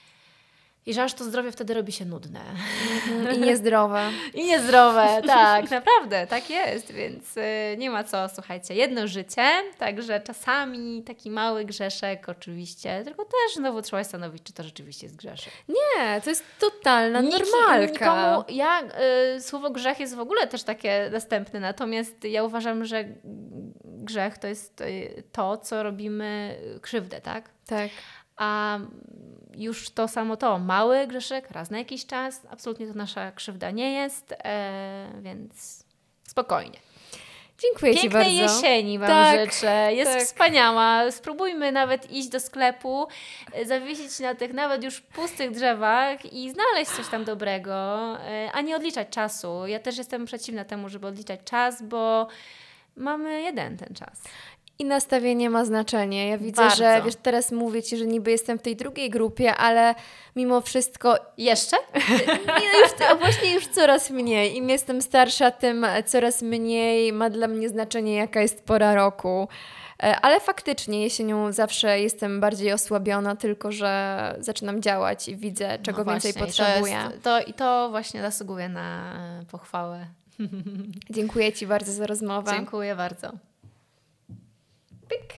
I że aż to zdrowie wtedy robi się nudne. I niezdrowe. I niezdrowe, tak, naprawdę, tak jest, więc nie ma co, słuchajcie, jedno życie, także czasami taki mały grzeszek oczywiście, tylko też znowu trzeba stanowić, czy to rzeczywiście jest grzeszek. Nie, to jest totalna normalka. Słowo grzech jest w ogóle też takie następne, natomiast ja uważam, że grzech to jest to, co robimy krzywdę, tak? Tak. A już to samo to, mały grzeszek, raz na jakiś czas, absolutnie to nasza krzywda nie jest, więc spokojnie. Dziękuję Ci bardzo. Pięknej jesieni Wam życzę, jest wspaniała. Spróbujmy nawet iść do sklepu, zawiesić na tych nawet już pustych drzewach i znaleźć coś tam dobrego, a nie odliczać czasu. Ja też jestem przeciwna temu, żeby odliczać czas, bo mamy jeden ten czas. I nastawienie ma znaczenie. Ja widzę, Bardzo. że teraz mówię Ci, że niby jestem w tej drugiej grupie, ale mimo wszystko... Jeszcze? Właśnie już coraz mniej. Im jestem starsza, tym coraz mniej ma dla mnie znaczenie, jaka jest pora roku. Ale faktycznie jesienią zawsze jestem bardziej osłabiona, tylko że zaczynam działać i widzę, czego więcej potrzebuję. To właśnie zasługuje na pochwałę. Dziękuję Ci bardzo za rozmowę. Dziękuję bardzo. Pyk.